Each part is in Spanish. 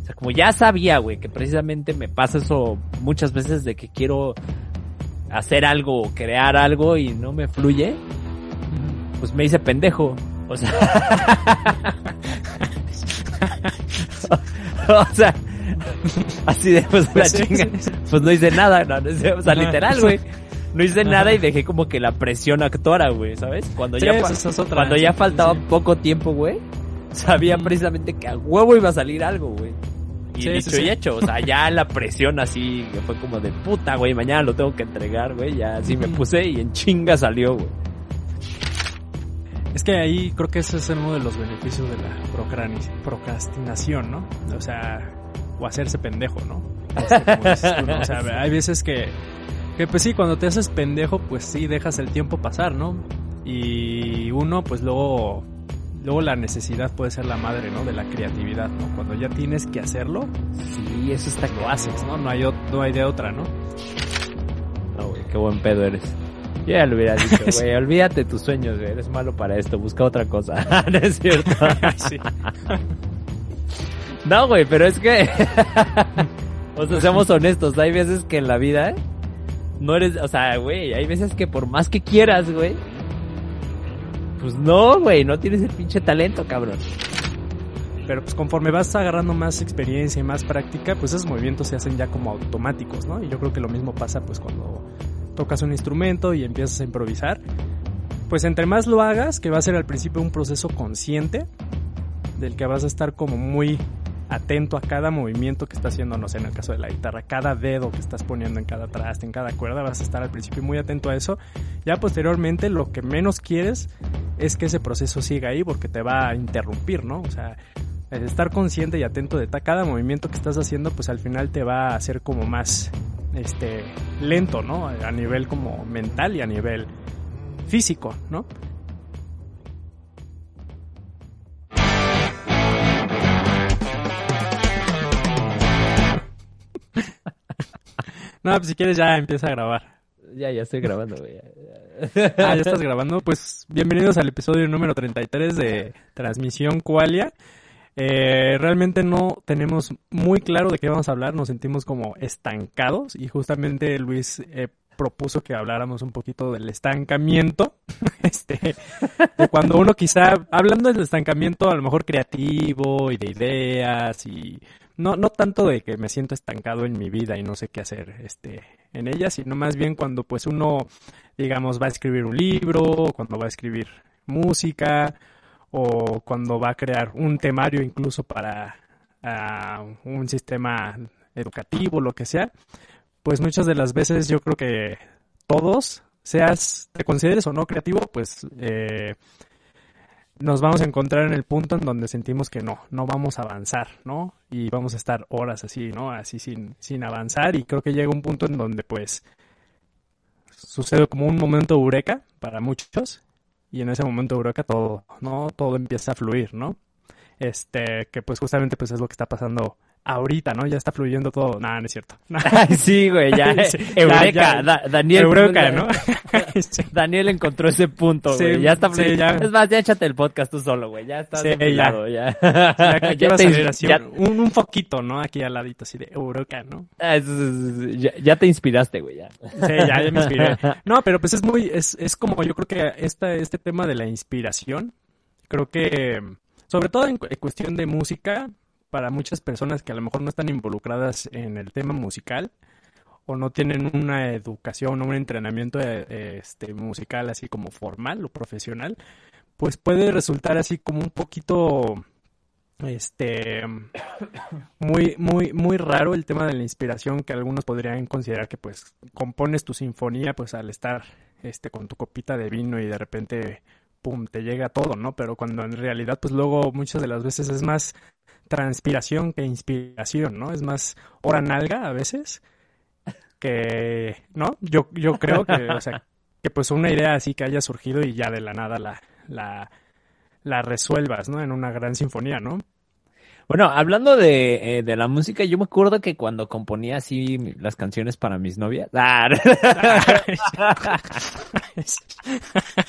sea, como ya sabía, güey, que precisamente me pasa eso muchas veces de que quiero hacer algo o crear algo y no me fluye, pues me hice pendejo. O sea, o sea, así de pues la chinga, pues no hice nada, no, o sea, literal, güey. No hice nada y dejé como que la presión actuara, güey, ¿sabes? Cuando ya faltaba poco tiempo, güey, sabía precisamente que a huevo iba a salir algo, güey. Y dicho y hecho, o sea, ya la presión así fue como de puta, güey, mañana lo tengo que entregar, güey, ya así me puse y en chinga salió, güey. Es que ahí creo que ese es uno de los beneficios de la procrastinación, ¿no? O sea, o hacerse pendejo, ¿no? Como dices tú, ¿no? O sea, hay veces que pues sí, cuando te haces pendejo, pues sí, dejas el tiempo pasar, ¿no? Y uno, pues luego la necesidad puede ser la madre, ¿no? De la creatividad, ¿no? Cuando ya tienes que hacerlo, sí, eso está lo haces, ¿no? No hay de otra, ¿no? No, güey, qué buen pedo eres. Yo ya lo hubiera dicho, güey, olvídate tus sueños, güey, eres malo para esto, busca otra cosa. No es cierto. Sí. No, güey, pero es que... o sea, seamos honestos, hay veces que en la vida... no eres, o sea, güey, hay veces que por más que quieras, güey, pues no, güey, no tienes el pinche talento, cabrón. Pero pues conforme vas agarrando más experiencia y más práctica, pues esos movimientos se hacen ya como automáticos, ¿no? Y yo creo que lo mismo pasa pues cuando tocas un instrumento y empiezas a improvisar. Pues entre más lo hagas, que va a ser al principio un proceso consciente, del que vas a estar como muy atento a cada movimiento que estás haciendo, no sé, en el caso de la guitarra, cada dedo que estás poniendo en cada traste, en cada cuerda, vas a estar al principio muy atento a eso. Ya posteriormente lo que menos quieres es que ese proceso siga ahí porque te va a interrumpir, ¿no? O sea, el estar consciente y atento de cada movimiento que estás haciendo, pues al final te va a hacer como más lento, ¿no? A nivel como mental y a nivel físico, ¿no? No, pues si quieres ya empieza a grabar. Ya estoy grabando, güey. Ya estás grabando. Pues bienvenidos al episodio número 33 de Transmisión Qualia. Realmente no tenemos muy claro de qué vamos a hablar, nos sentimos como estancados y justamente Luis propuso que habláramos un poquito del estancamiento, de cuando uno quizá, hablando del estancamiento a lo mejor creativo y de ideas y no tanto de que me siento estancado en mi vida y no sé qué hacer en ella, sino más bien cuando pues uno, digamos, va a escribir un libro, cuando va a escribir música, o cuando va a crear un temario incluso para un sistema educativo, lo que sea, pues muchas de las veces yo creo que todos, te consideres o no creativo, pues nos vamos a encontrar en el punto en donde sentimos que no vamos a avanzar, ¿no? Y vamos a estar horas así, ¿no? Así sin avanzar, y creo que llega un punto en donde pues sucede como un momento eureka para muchos. Y en ese momento de eureka todo empieza a fluir, ¿no? Que pues justamente pues es lo que está pasando ahorita, ¿no? Ya está fluyendo todo. No es cierto. Ay, sí, güey, ya. Eureka, Daniel. Eureka, ¿no? Daniel encontró ese punto, güey. Sí, ya está fluyendo. Sí, ya. Es más, ya échate el podcast tú solo, güey. Ya estás enfilado, ya. Ya va a salir así un foquito, ¿no? Aquí al ladito, así de Eureka, ¿no? Ya te inspiraste, güey, ya. Sí, ya me inspiré. No, pero pues es como yo creo que este tema de la inspiración, creo que, sobre todo en cuestión de música, para muchas personas que a lo mejor no están involucradas en el tema musical o no tienen una educación o un entrenamiento musical así como formal o profesional, pues puede resultar así como un poquito muy muy muy raro el tema de la inspiración, que algunos podrían considerar que pues compones tu sinfonía pues al estar con tu copita de vino y de repente pum, te llega todo, ¿no? Pero cuando en realidad pues luego muchas de las veces es más transpiración que inspiración, ¿no? Es más hora nalga a veces que, ¿no? Yo creo que, o sea, que pues una idea así que haya surgido y ya de la nada la resuelvas, ¿no? En una gran sinfonía, ¿no? Bueno, hablando de la música, yo me acuerdo que cuando componía así las canciones para mis novias...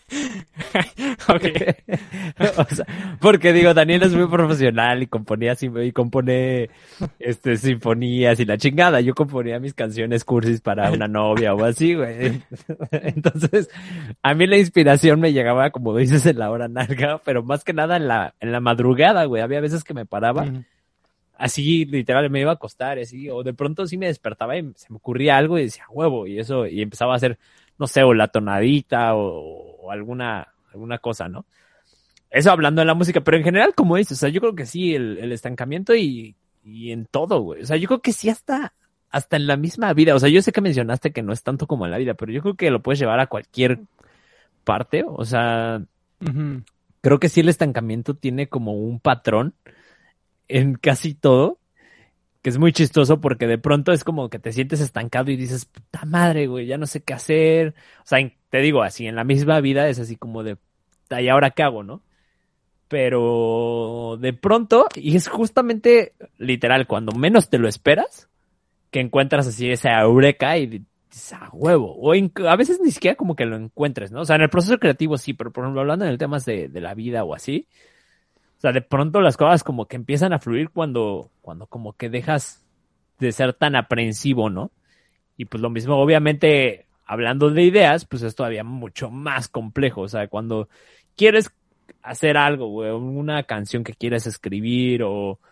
Ok. O sea, porque digo, Daniel es muy profesional y componía y compone sinfonías y la chingada. Yo componía mis canciones cursis para una novia o así, güey. Entonces, a mí la inspiración me llegaba, como dices, en la hora narga, pero más que nada en la madrugada, güey. Había veces que me paraba, así literal me iba a acostar, así, o de pronto sí me despertaba y se me ocurría algo y decía huevo, y eso, y empezaba a hacer, no sé, o la tonadita o alguna cosa, ¿no? Eso hablando de la música, pero en general, como dices, o sea, yo creo que sí, el estancamiento y en todo, güey. O sea, yo creo que sí hasta en la misma vida. O sea, yo sé que mencionaste que no es tanto como en la vida, pero yo creo que lo puedes llevar a cualquier parte. O sea, Ujú. creo que sí el estancamiento tiene como un patrón en casi todo, que es muy chistoso porque de pronto es como que te sientes estancado y dices, puta madre, güey, ya no sé qué hacer. O sea, te digo así, en la misma vida es así como de, ¿y ahora qué hago, no? Pero de pronto, y es justamente literal, cuando menos te lo esperas, que encuentras así esa eureka y dices, a huevo. A veces ni siquiera como que lo encuentres, ¿no? O sea, en el proceso creativo sí, pero por ejemplo, hablando en el tema de la vida o así, o sea, de pronto las cosas como que empiezan a fluir cuando como que dejas de ser tan aprensivo, ¿no? Y pues lo mismo, obviamente, hablando de ideas, pues es todavía mucho más complejo. O sea, cuando quieres hacer algo, güey, una canción que quieres escribir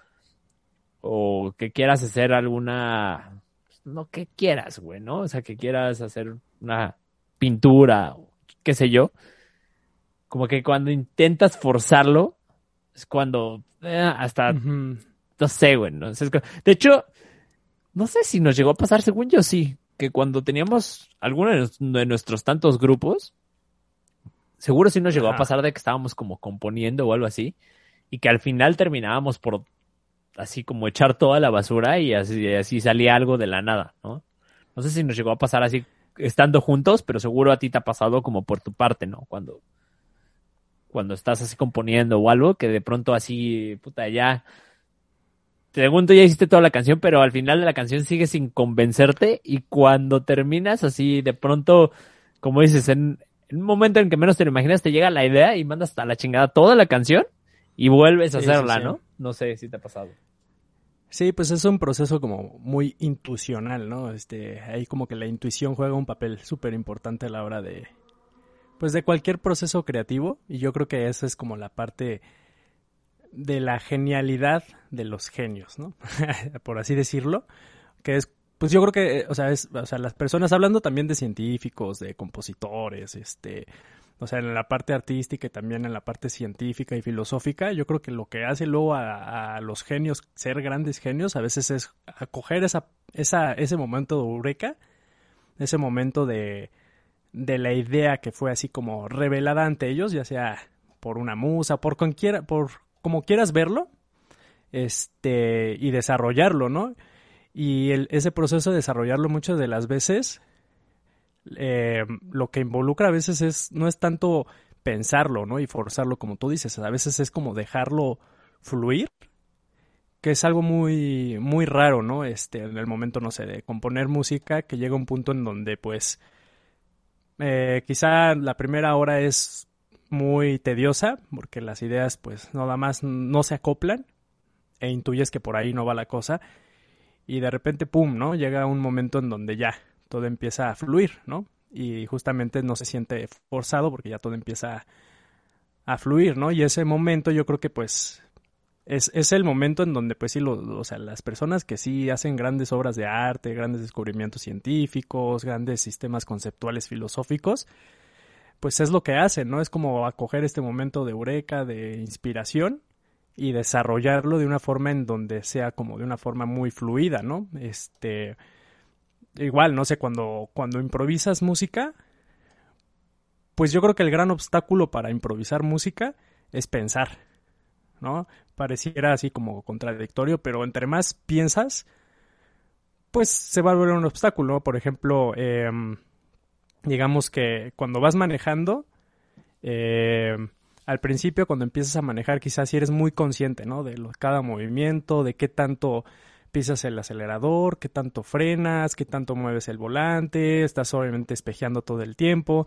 o que quieras hacer alguna, no que quieras, güey, ¿no? O sea, que quieras hacer una pintura, o qué sé yo, como que cuando intentas forzarlo, es cuando hasta, Ujú. no sé, güey, ¿no? O sea, de hecho, no sé si nos llegó a pasar, según yo sí, que cuando teníamos alguno de nuestros tantos grupos, seguro sí nos llegó a Ajá. pasar de que estábamos como componiendo o algo así, y que al final terminábamos por así como echar toda la basura y así salía algo de la nada, ¿no? No sé si nos llegó a pasar así estando juntos, pero seguro a ti te ha pasado como por tu parte, ¿no? Cuando estás así componiendo o algo, que de pronto así, puta, ya, según tú ya hiciste toda la canción, pero al final de la canción sigue sin convencerte y cuando terminas así, de pronto, como dices, en un momento en que menos te lo imaginas, te llega la idea y mandas hasta la chingada toda la canción y vuelves a Sí, sí, hacerla, sí. ¿no? No sé si te ha pasado. Sí, pues es un proceso como muy intuicional, ¿no? Ahí como que la intuición juega un papel súper importante a la hora de, pues de cualquier proceso creativo. Y yo creo que esa es como la parte de la genialidad de los genios, ¿no? Por así decirlo. Que es, pues yo creo que, o sea, las personas hablando también de científicos, de compositores, o sea, en la parte artística y también en la parte científica y filosófica, yo creo que lo que hace luego a los genios ser grandes genios a veces es acoger ese momento de eureka, ese momento de la idea que fue así como revelada ante ellos, ya sea por una musa, por como quieras verlo, y desarrollarlo, ¿no? Y ese proceso de desarrollarlo muchas de las veces, lo que involucra a veces no es tanto pensarlo, ¿no? Y forzarlo como tú dices, a veces es como dejarlo fluir, que es algo muy, muy raro, ¿no? En el momento, no sé, de componer música, que llega un punto en donde, pues, quizá la primera hora es muy tediosa, porque las ideas, pues, nada más no se acoplan, e intuyes que por ahí no va la cosa, y de repente, pum, ¿no? Llega un momento en donde ya todo empieza a fluir, ¿no? Y justamente no se siente forzado porque ya todo empieza a fluir, ¿no? Y ese momento yo creo que pues es el momento en donde pues sí, o sea, las personas que sí hacen grandes obras de arte, grandes descubrimientos científicos, grandes sistemas conceptuales filosóficos, pues es lo que hacen, ¿no? Es como acoger este momento de eureka, de inspiración y desarrollarlo de una forma en donde sea como de una forma muy fluida, ¿no? Igual, no sé, cuando improvisas música, pues yo creo que el gran obstáculo para improvisar música es pensar, ¿no? Pareciera así como contradictorio, pero entre más piensas, pues se va a volver un obstáculo, ¿no? Por ejemplo, digamos que cuando vas manejando, eh, al principio cuando empiezas a manejar quizás si eres muy consciente, ¿no? Cada movimiento, de qué tanto pisas el acelerador, qué tanto frenas, qué tanto mueves el volante, estás obviamente espejeando todo el tiempo,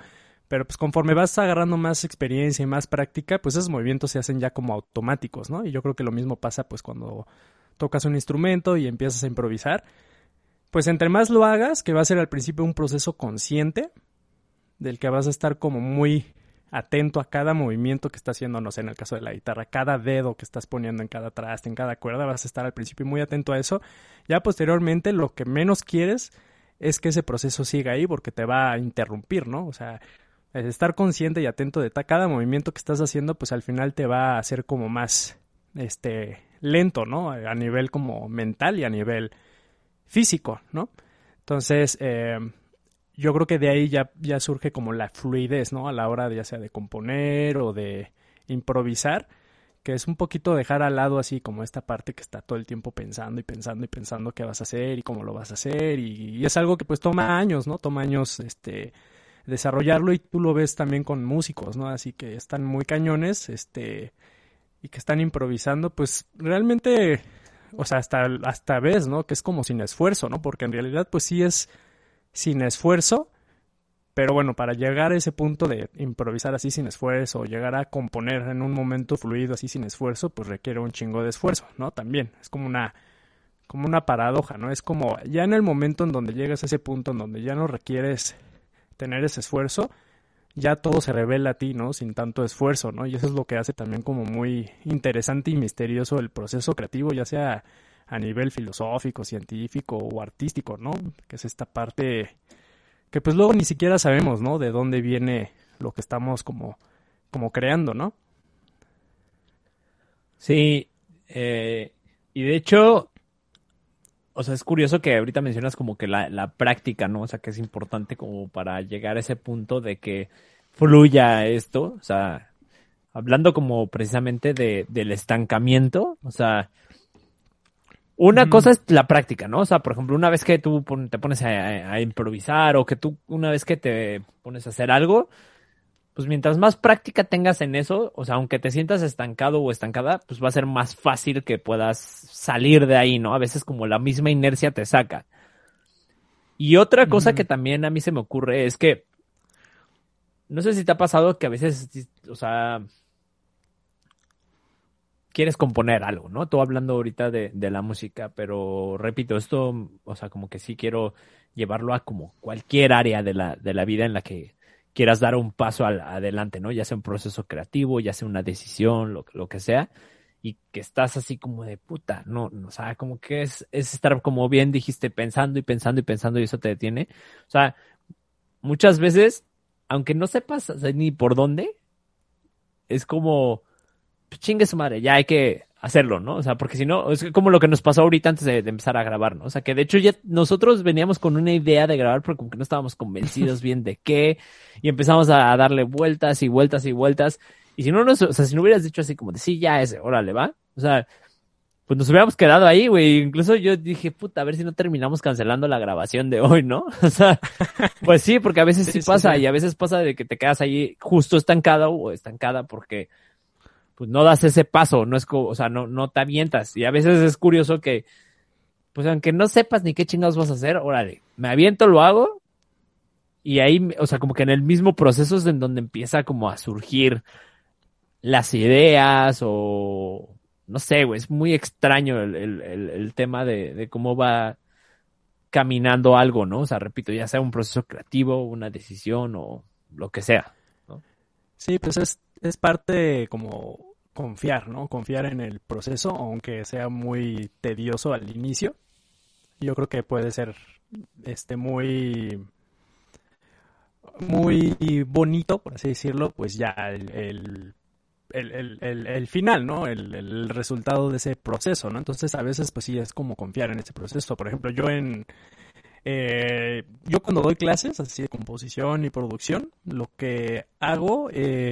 Pero pues conforme vas agarrando más experiencia y más práctica, pues esos movimientos se hacen ya como automáticos, ¿no? Y yo creo que lo mismo pasa pues cuando tocas un instrumento y empiezas a improvisar. Pues entre más lo hagas, que va a ser al principio un proceso consciente, del que vas a estar como muy atento a cada movimiento que estás haciendo, no sé, en el caso de la guitarra, cada dedo que estás poniendo en cada traste, en cada cuerda, vas a estar al principio muy atento a eso. Ya posteriormente lo que menos quieres es que ese proceso siga ahí porque te va a interrumpir, ¿no? O sea, estar consciente y atento de cada movimiento que estás haciendo, pues al final te va a hacer como más, lento, ¿no? A nivel como mental y a nivel físico, ¿no? Entonces, yo creo que de ahí ya surge como la fluidez, ¿no? A la hora de, ya sea de componer o de improvisar, que es un poquito dejar al lado así como esta parte que está todo el tiempo pensando y pensando y pensando qué vas a hacer y cómo lo vas a hacer y es algo que pues toma años, ¿no? Toma años desarrollarlo y tú lo ves también con músicos, ¿no? Así que están muy cañones, y que están improvisando, pues realmente, o sea, hasta ves, ¿no? Que es como sin esfuerzo, ¿no? Porque en realidad pues sí es sin esfuerzo, pero bueno, para llegar a ese punto de improvisar así sin esfuerzo, o llegar a componer en un momento fluido así sin esfuerzo, pues requiere un chingo de esfuerzo, ¿no? También, es como una paradoja, ¿no? Es como ya en el momento en donde llegas a ese punto en donde ya no requieres tener ese esfuerzo, ya todo se revela a ti, ¿no? Sin tanto esfuerzo, ¿no? Y eso es lo que hace también como muy interesante y misterioso el proceso creativo, ya sea a nivel filosófico, científico o artístico, ¿no? Que es esta parte que pues luego ni siquiera sabemos, ¿no? De dónde viene lo que estamos como creando, ¿no? Sí, y de hecho, o sea, es curioso que ahorita mencionas como que la práctica, ¿no? O sea, que es importante como para llegar a ese punto de que fluya esto, o sea, hablando como precisamente del estancamiento, o sea, una Uh-huh. cosa es la práctica, ¿no? O sea, por ejemplo, una vez que tú te pones a improvisar o que tú una vez que te pones a hacer algo, pues mientras más práctica tengas en eso, o sea, aunque te sientas estancado o estancada, pues va a ser más fácil que puedas salir de ahí, ¿no? A veces como la misma inercia te saca. Y otra cosa que Uh-huh. también a mí se me ocurre es que, no sé si te ha pasado que a veces, o sea, quieres componer algo, ¿no? Tú hablando ahorita de la música, pero repito, esto, o sea, como que sí quiero llevarlo a como cualquier área de la vida en la que quieras dar un paso adelante, ¿no? Ya sea un proceso creativo, ya sea una decisión, lo que sea, y que estás así como de puta, no, o sea, como que es estar como bien dijiste, pensando y pensando y pensando y eso te detiene. O sea, muchas veces, aunque no sepas ni por dónde, es como pues chingue su madre, ya hay que hacerlo, ¿no? O sea, porque si no, es como lo que nos pasó ahorita antes de empezar a grabar, ¿no? O sea, que de hecho ya nosotros veníamos con una idea de grabar, pero como que no estábamos convencidos bien de qué, y empezamos a darle vueltas y vueltas y vueltas, y si no o sea, si no hubieras dicho así como de sí, ya ese, órale, va, o sea, pues nos hubiéramos quedado ahí, güey, incluso yo dije, puta, a ver si no terminamos cancelando la grabación de hoy, ¿no? O sea, pues sí, porque a veces sí Sí, sí, pasa, sí. y a veces pasa de que te quedas ahí justo estancado o estancada porque pues no das ese paso, no es como, o sea, no te avientas. Y a veces es curioso que, pues aunque no sepas ni qué chingados vas a hacer, órale, me aviento, lo hago, y ahí, o sea, como que en el mismo proceso es en donde empieza como a surgir las ideas o, no sé, güey, es muy extraño el tema de cómo va caminando algo, ¿no? O sea, repito, ya sea un proceso creativo, una decisión o lo que sea, ¿no? Sí, pues es parte como confiar, ¿no? Confiar en el proceso, aunque sea muy tedioso al inicio. Yo creo que puede ser muy muy bonito, por así decirlo, pues ya el final, ¿no? El resultado de ese proceso, ¿no? Entonces a veces pues sí es como confiar en ese proceso. Por ejemplo, yo cuando doy clases así de composición y producción, lo que hago,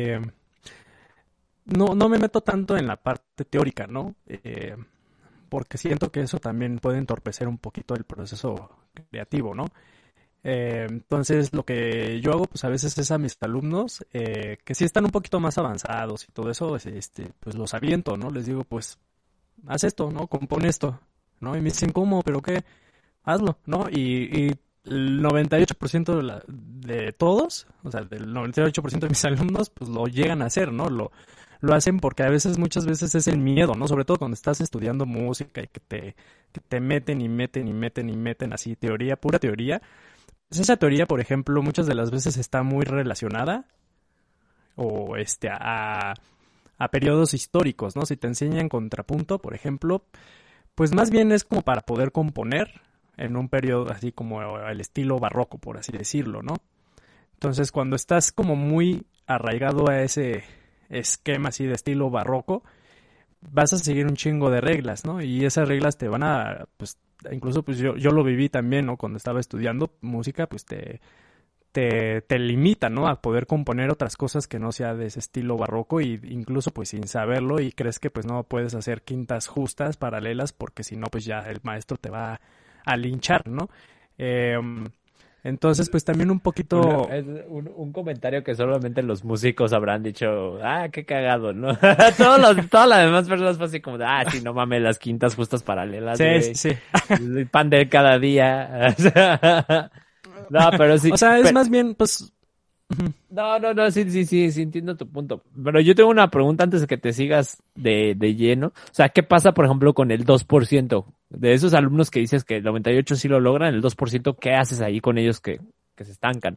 no me meto tanto en la parte teórica, ¿no? Porque siento que eso también puede entorpecer un poquito el proceso creativo, ¿no? Entonces lo que yo hago pues a veces es a mis alumnos que sí están un poquito más avanzados y todo eso, pues los aviento, ¿no? Les digo pues haz esto, ¿no? Compone esto, ¿no? Y me dicen ¿cómo? ¿Pero qué? Hazlo, ¿no? Y el 98% de todos, o sea, del 98% de mis alumnos, pues lo llegan a hacer, ¿no? Lo hacen porque muchas veces es el miedo, ¿no? Sobre todo cuando estás estudiando música y que te meten y meten y meten y meten así teoría, pura teoría. Pues esa teoría, por ejemplo, muchas de las veces está muy relacionada o a periodos históricos, ¿no? Si te enseñan contrapunto, por ejemplo, pues más bien es como para poder componer en un periodo así como el estilo barroco, por así decirlo, ¿no? Entonces, cuando estás como muy arraigado a ese esquema así de estilo barroco, vas a seguir un chingo de reglas, ¿no? Y esas reglas te van a, pues, incluso pues yo lo viví también, ¿no? Cuando estaba estudiando música, pues te limita, ¿no? A poder componer otras cosas que no sea de ese estilo barroco y incluso pues sin saberlo y crees que pues no puedes hacer quintas justas, paralelas, porque si no pues ya el maestro te va a linchar, ¿no? Entonces pues también un poquito... Un comentario que solamente los músicos habrán dicho, qué cagado, ¿no? Todas las demás personas fue así como de, sí, no mames, las quintas justas paralelas, sí, sí. El pan de cada día. No, pero sí. O sea, es más bien, pues... No, sí, entiendo tu punto. Pero yo tengo una pregunta antes de que te sigas de lleno. O sea, ¿qué pasa, por ejemplo, con el 2%? De esos alumnos que dices que el 98% sí lo logran, el 2%, ¿qué haces ahí con ellos que se estancan?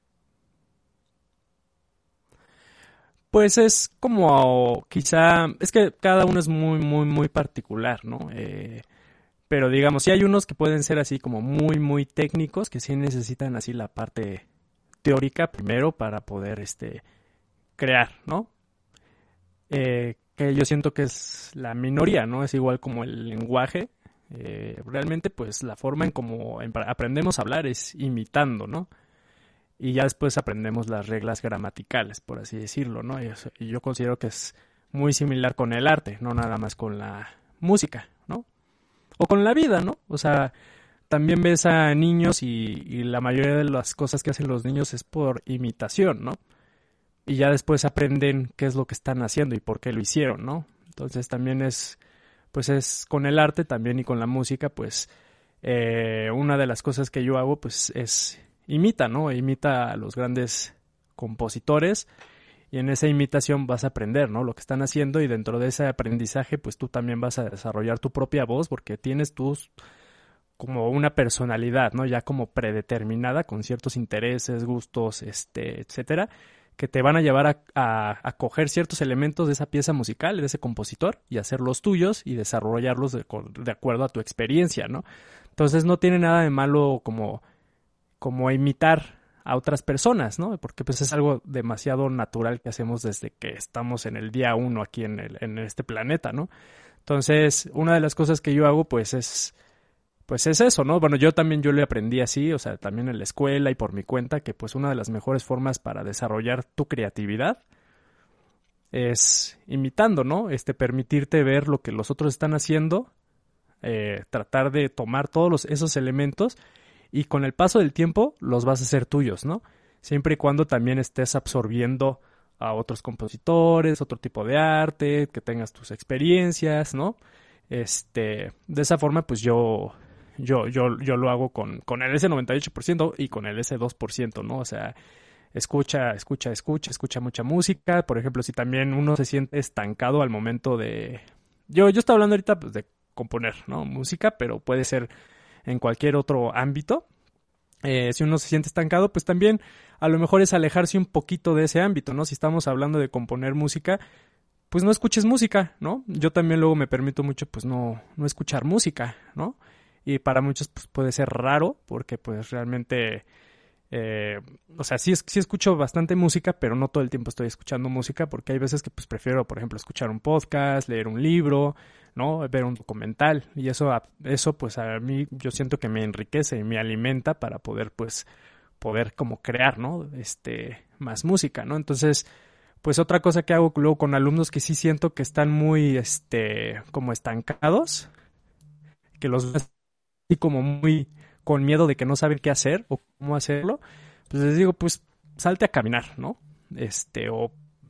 Pues es como, quizá, es que cada uno es muy, muy, muy particular, ¿no? Pero digamos, sí hay unos que pueden ser así como muy, muy técnicos, que sí necesitan así la parte teórica primero para poder crear, ¿no? Que yo siento que es la minoría, ¿no? Es igual como el lenguaje. Realmente, pues la forma en cómo aprendemos a hablar es imitando, ¿no? Y ya después aprendemos las reglas gramaticales, por así decirlo, ¿no? Y yo considero que es muy similar con el arte, no nada más con la música, ¿no? O con la vida, ¿no? O sea, también ves a niños y la mayoría de las cosas que hacen los niños es por imitación, ¿no? Y ya después aprenden qué es lo que están haciendo y por qué lo hicieron, ¿no? Entonces también pues es con el arte también y con la música, pues una de las cosas que yo hago, pues es imita, ¿no? Imita a los grandes compositores y en esa imitación vas a aprender, ¿no? Lo que están haciendo y dentro de ese aprendizaje, pues tú también vas a desarrollar tu propia voz porque tienes como una personalidad, ¿no? Ya como predeterminada con ciertos intereses, gustos, etcétera, que te van a llevar a coger ciertos elementos de esa pieza musical, de ese compositor, y hacerlos tuyos y desarrollarlos de acuerdo a tu experiencia, ¿no? Entonces no tiene nada de malo como imitar a otras personas, ¿no? Porque pues es algo demasiado natural que hacemos desde que estamos en el día uno aquí en este planeta, ¿no? Entonces, una de las cosas que yo hago, pues es eso, ¿no? Bueno, yo lo aprendí así, o sea, también en la escuela y por mi cuenta, que pues una de las mejores formas para desarrollar tu creatividad es imitando, ¿no? Permitirte ver lo que los otros están haciendo, tratar de tomar todos esos elementos y con el paso del tiempo los vas a hacer tuyos, ¿no? Siempre y cuando también estés absorbiendo a otros compositores, otro tipo de arte, que tengas tus experiencias, ¿no? De esa forma, pues yo lo hago con el S98% y con el S2%, ¿no? O sea, escucha mucha música. Por ejemplo, si también uno se siente estancado al momento de... Yo estoy hablando ahorita pues, de componer, ¿no? Música, pero puede ser en cualquier otro ámbito. Si uno se siente estancado, pues también a lo mejor es alejarse un poquito de ese ámbito, ¿no? Si estamos hablando de componer música, pues no escuches música, ¿no? Yo también luego me permito mucho, pues no escuchar música, ¿no? Y para muchos pues puede ser raro porque pues realmente, o sea, sí escucho bastante música, pero no todo el tiempo estoy escuchando música porque hay veces que pues prefiero, por ejemplo, escuchar un podcast, leer un libro, ¿no? Ver un documental y eso pues a mí yo siento que me enriquece y me alimenta para poder como crear, ¿no? Más música, ¿no? Entonces, pues otra cosa que hago luego con alumnos que sí siento que están muy, como estancados, que los ves así como muy con miedo de que no saben qué hacer o cómo hacerlo, pues les digo, pues salte a caminar, ¿no? O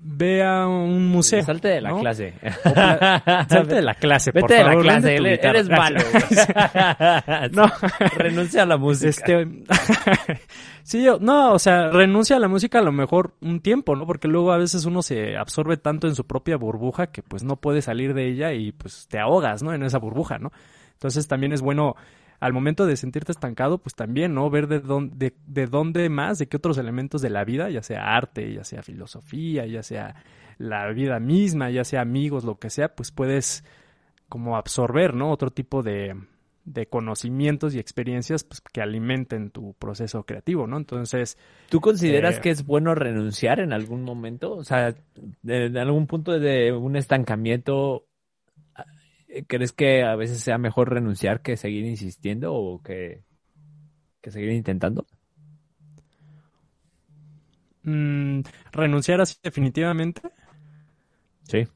ve a un museo. Salte de la ¿no? clase. Salte de la clase, por Vete favor. de la clase, Vende tu guitarra. eres malo. No. Renuncia a la música. Sí, no, o sea, renuncia a la música a lo mejor un tiempo, ¿no? Porque luego a veces uno se absorbe tanto en su propia burbuja que pues no puede salir de ella y pues te ahogas, ¿no? En esa burbuja, ¿no? Entonces también es bueno al momento de sentirte estancado, pues también, ¿no? Ver de dónde más, de qué otros elementos de la vida, ya sea arte, ya sea filosofía, ya sea la vida misma, ya sea amigos, lo que sea, pues puedes como absorber, ¿no? Otro tipo de conocimientos y experiencias pues, que alimenten tu proceso creativo, ¿no? Entonces... ¿Tú consideras que es bueno renunciar en algún momento? O sea, en algún punto de un estancamiento, ¿crees que a veces sea mejor renunciar que seguir insistiendo o que seguir intentando? ¿Renunciar así definitivamente? Sí.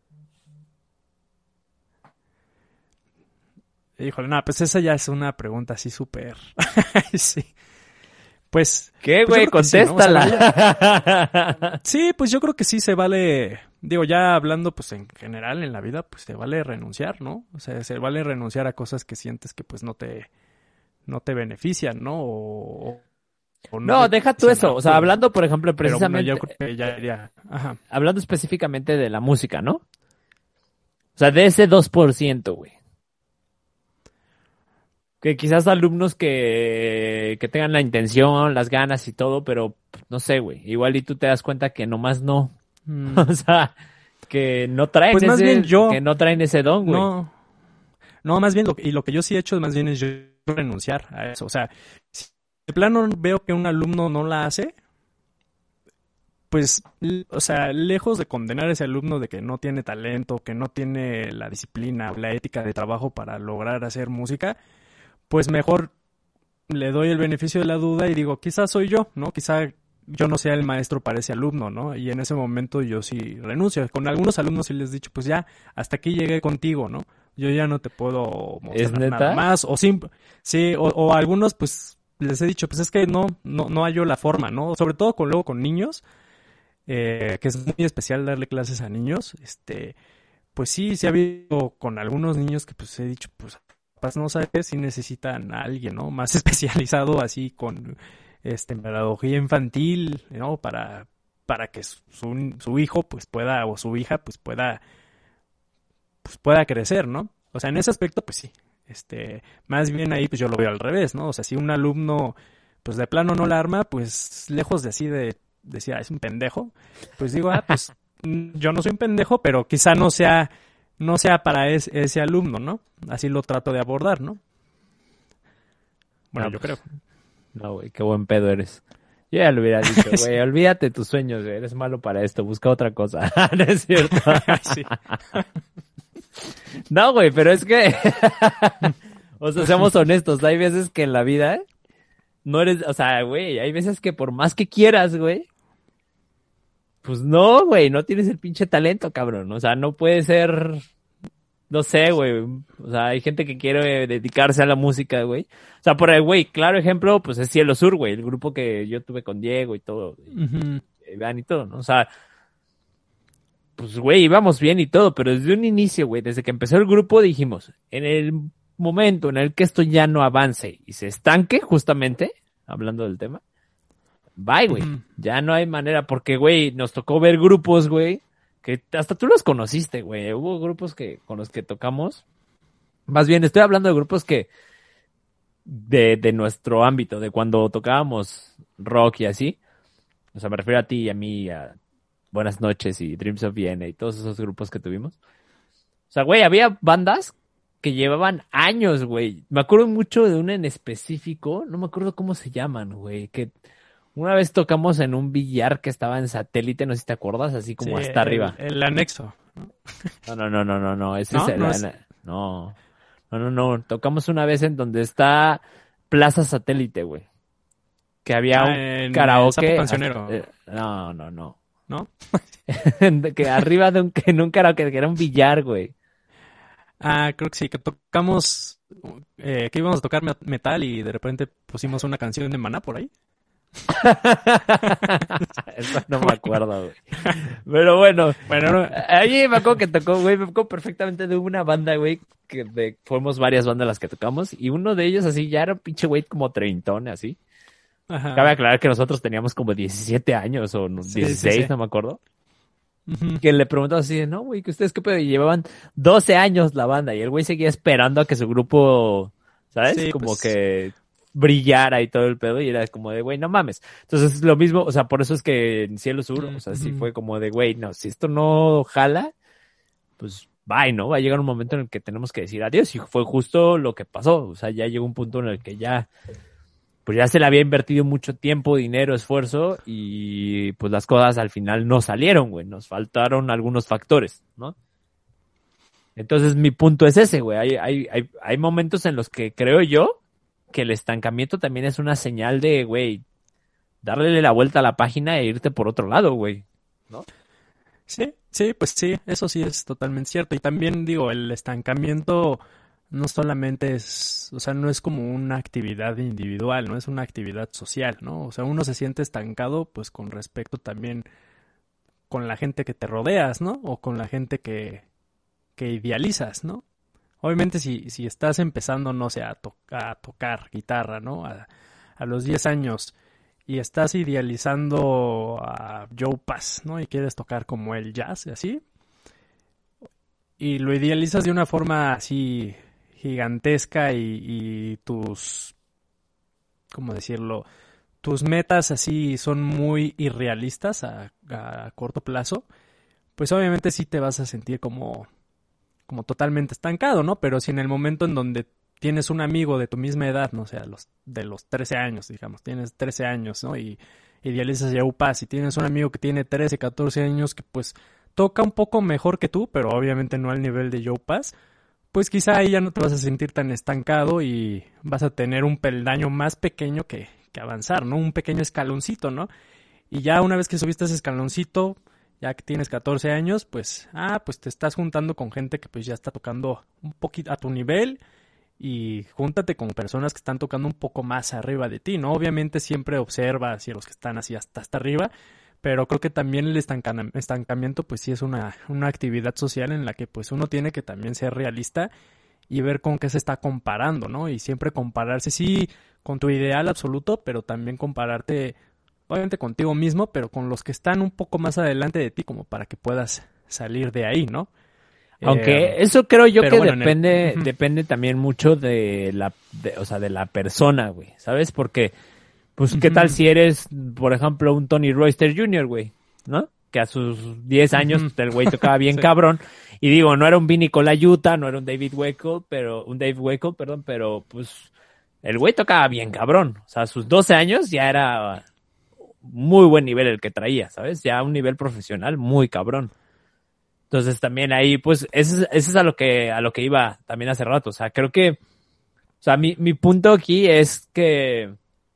Híjole, no, pues esa ya es una pregunta así súper... sí. Pues... ¿Qué, pues güey? Contéstala. Sí, ¿no? O sea, sí, pues yo creo que sí se vale... Digo, ya hablando pues en general en la vida, pues se vale renunciar, ¿no? O sea, se vale renunciar a cosas que sientes que pues no te benefician, ¿no? O no, deja tú eso. O sea, hablando, por ejemplo, pero precisamente... bueno, yo creo que ya iría... Ajá. Hablando específicamente de la música, ¿no? O sea, de ese 2%, güey. Que quizás alumnos que tengan la intención, las ganas y todo, pero no sé, güey. Igual y tú te das cuenta que nomás no. O sea, que no traen pues más bien que no traen ese don, güey. No, más bien lo que yo sí he hecho más bien es yo renunciar a eso. O sea, si de plano veo que un alumno no la hace, pues, o sea, lejos de condenar a ese alumno de que no tiene talento, que no tiene la disciplina o la ética de trabajo para lograr hacer música, pues mejor le doy el beneficio de la duda y digo, quizás soy yo, ¿no? Quizá yo no sea el maestro para ese alumno, ¿no? Y en ese momento yo sí renuncio. Con algunos alumnos sí les he dicho, pues ya, hasta aquí llegué contigo, ¿no? Yo ya no te puedo mostrar nada más. Sí, o algunos, pues, les he dicho, pues es que no hallo la forma, ¿no? Sobre todo luego con niños, que es muy especial darle clases a niños, pues sí ha habido con algunos niños que pues he dicho, pues no sabes si necesitan a alguien, ¿no? Más especializado así con pedagogía infantil, ¿no? Para que su hijo pues pueda, o su hija pues pueda crecer, ¿no? O sea, en ese aspecto pues sí. Más bien ahí pues yo lo veo al revés, ¿no? O sea, si un alumno pues de plano no la arma, pues lejos de así de decir, es un pendejo, pues digo, pues yo no soy un pendejo, pero quizá no sea para ese alumno, ¿no? Así lo trato de abordar, ¿no? Bueno, yo creo. No, güey, qué buen pedo eres. Yo ya lo hubiera dicho, güey, olvídate tus sueños, güey, eres malo para esto, busca otra cosa. No es cierto. Sí. No, güey, pero es que... o sea, seamos honestos, hay veces que en la vida no eres... O sea, güey, hay veces que por más que quieras, güey, pues no, güey, no tienes el pinche talento, cabrón. O sea, no puede ser... No sé, güey. O sea, hay gente que quiere dedicarse a la música, güey. O sea, por el güey, claro ejemplo, pues es Cielo Sur, güey. El grupo que yo tuve con Diego y todo. Uh-huh. Y Iván y todo, ¿no? O sea, pues güey, íbamos bien y todo. Pero desde un inicio, güey, desde que empezó el grupo dijimos, en el momento en el que esto ya no avance y se estanque, justamente, hablando del tema, bye, güey. Uh-huh. Ya no hay manera, porque, güey, nos tocó ver grupos, güey, que hasta tú los conociste, güey. Hubo grupos con los que tocamos. Más bien, estoy hablando de grupos que de nuestro ámbito, de cuando tocábamos rock y así. O sea, me refiero a ti y a mí, a Buenas Noches y Dreams of Vienna y todos esos grupos que tuvimos. O sea, güey, había bandas que llevaban años, güey. Me acuerdo mucho de una en específico, no me acuerdo cómo se llaman, güey, que... Una vez tocamos en un billar que estaba en Satélite, no sé si te acuerdas, así como sí, hasta arriba. El anexo. No. Ese ¿No? es No. Tocamos una vez en donde está Plaza Satélite, güey. Que había un karaoke. No. ¿No? Que arriba en un karaoke, que era un billar, güey. Ah, creo que sí, que tocamos, que íbamos a tocar metal y de repente pusimos una canción de Maná por ahí. Eso no me acuerdo, güey. Pero bueno, ahí me acuerdo que tocó, güey, me acuerdo perfectamente de una banda, güey, fuimos varias bandas las que tocamos, y uno de ellos así ya era un pinche güey como treintón, así. Ajá. Cabe aclarar que nosotros teníamos como 17 años o 16, no me acuerdo. Que le preguntaba así de, no, güey, que ustedes qué pedo, y llevaban 12 años la banda, y el güey seguía esperando a que su grupo, ¿sabes? Sí, como pues... que brillara y todo el pedo, y era como de, güey, no mames. Entonces, lo mismo, o sea, por eso es que en Cielo Sur, o sea, sí fue como de, güey, no, si esto no jala, pues, bye, ¿no? Va a llegar un momento en el que tenemos que decir adiós, y fue justo lo que pasó, o sea, ya llegó un punto en el que ya, pues ya se le había invertido mucho tiempo, dinero, esfuerzo, y pues las cosas al final no salieron, güey, nos faltaron algunos factores, ¿no? Entonces mi punto es ese, güey, hay momentos en los que creo yo que el estancamiento también es una señal de, güey, darle la vuelta a la página e irte por otro lado, güey, ¿no? Sí, sí, pues sí, eso sí es totalmente cierto. Y también digo, el estancamiento no solamente es, o sea, no es como una actividad individual, no es una actividad social, ¿no? O sea, uno se siente estancado pues con respecto también con la gente que te rodeas, ¿no? O con la gente que idealizas, ¿no? Obviamente si estás empezando, no sé, a tocar guitarra, ¿no? A los 10 años y estás idealizando a Joe Pass, ¿no? Y quieres tocar como el jazz, así. Y lo idealizas de una forma así gigantesca y tus, ¿cómo decirlo? Tus metas así son muy irrealistas a corto plazo. Pues obviamente sí te vas a sentir como totalmente estancado, ¿no? Pero si en el momento en donde tienes un amigo de tu misma edad, no sé, de los 13 años, digamos, tienes 13 años, ¿no? Y idealizas ya UPAS y tienes un amigo que tiene 13, 14 años que pues toca un poco mejor que tú, pero obviamente no al nivel de Joe Pass, pues quizá ahí ya no te vas a sentir tan estancado y vas a tener un peldaño más pequeño que avanzar, ¿no? Un pequeño escaloncito, ¿no? Y ya una vez que subiste ese escaloncito, ya que tienes 14 años, pues, pues te estás juntando con gente que pues ya está tocando un poquito a tu nivel y júntate con personas que están tocando un poco más arriba de ti, ¿no? Obviamente siempre observa hacia los que están así hasta arriba, pero creo que también el estancamiento pues sí es una actividad social en la que pues uno tiene que también ser realista y ver con qué se está comparando, ¿no? Y siempre compararse, sí, con tu ideal absoluto, pero también compararte obviamente contigo mismo, pero con los que están un poco más adelante de ti, como para que puedas salir de ahí, ¿no? Aunque eso creo yo que bueno, depende también mucho o sea, de la persona, güey, ¿sabes? Porque, pues, ¿qué tal si eres, por ejemplo, un Tony Royster Jr., güey, ¿no? Que a sus 10 años el güey tocaba bien sí. Cabrón. Y digo, no era un Vinny Colaiuta, no era un Dave Weckl, pero pues el güey tocaba bien cabrón. O sea, a sus 12 años ya era muy buen nivel el que traía, ¿sabes? Ya un nivel profesional muy cabrón. Entonces también ahí, pues, eso es a lo que iba también hace rato. O sea, creo que, o sea, mi punto aquí es que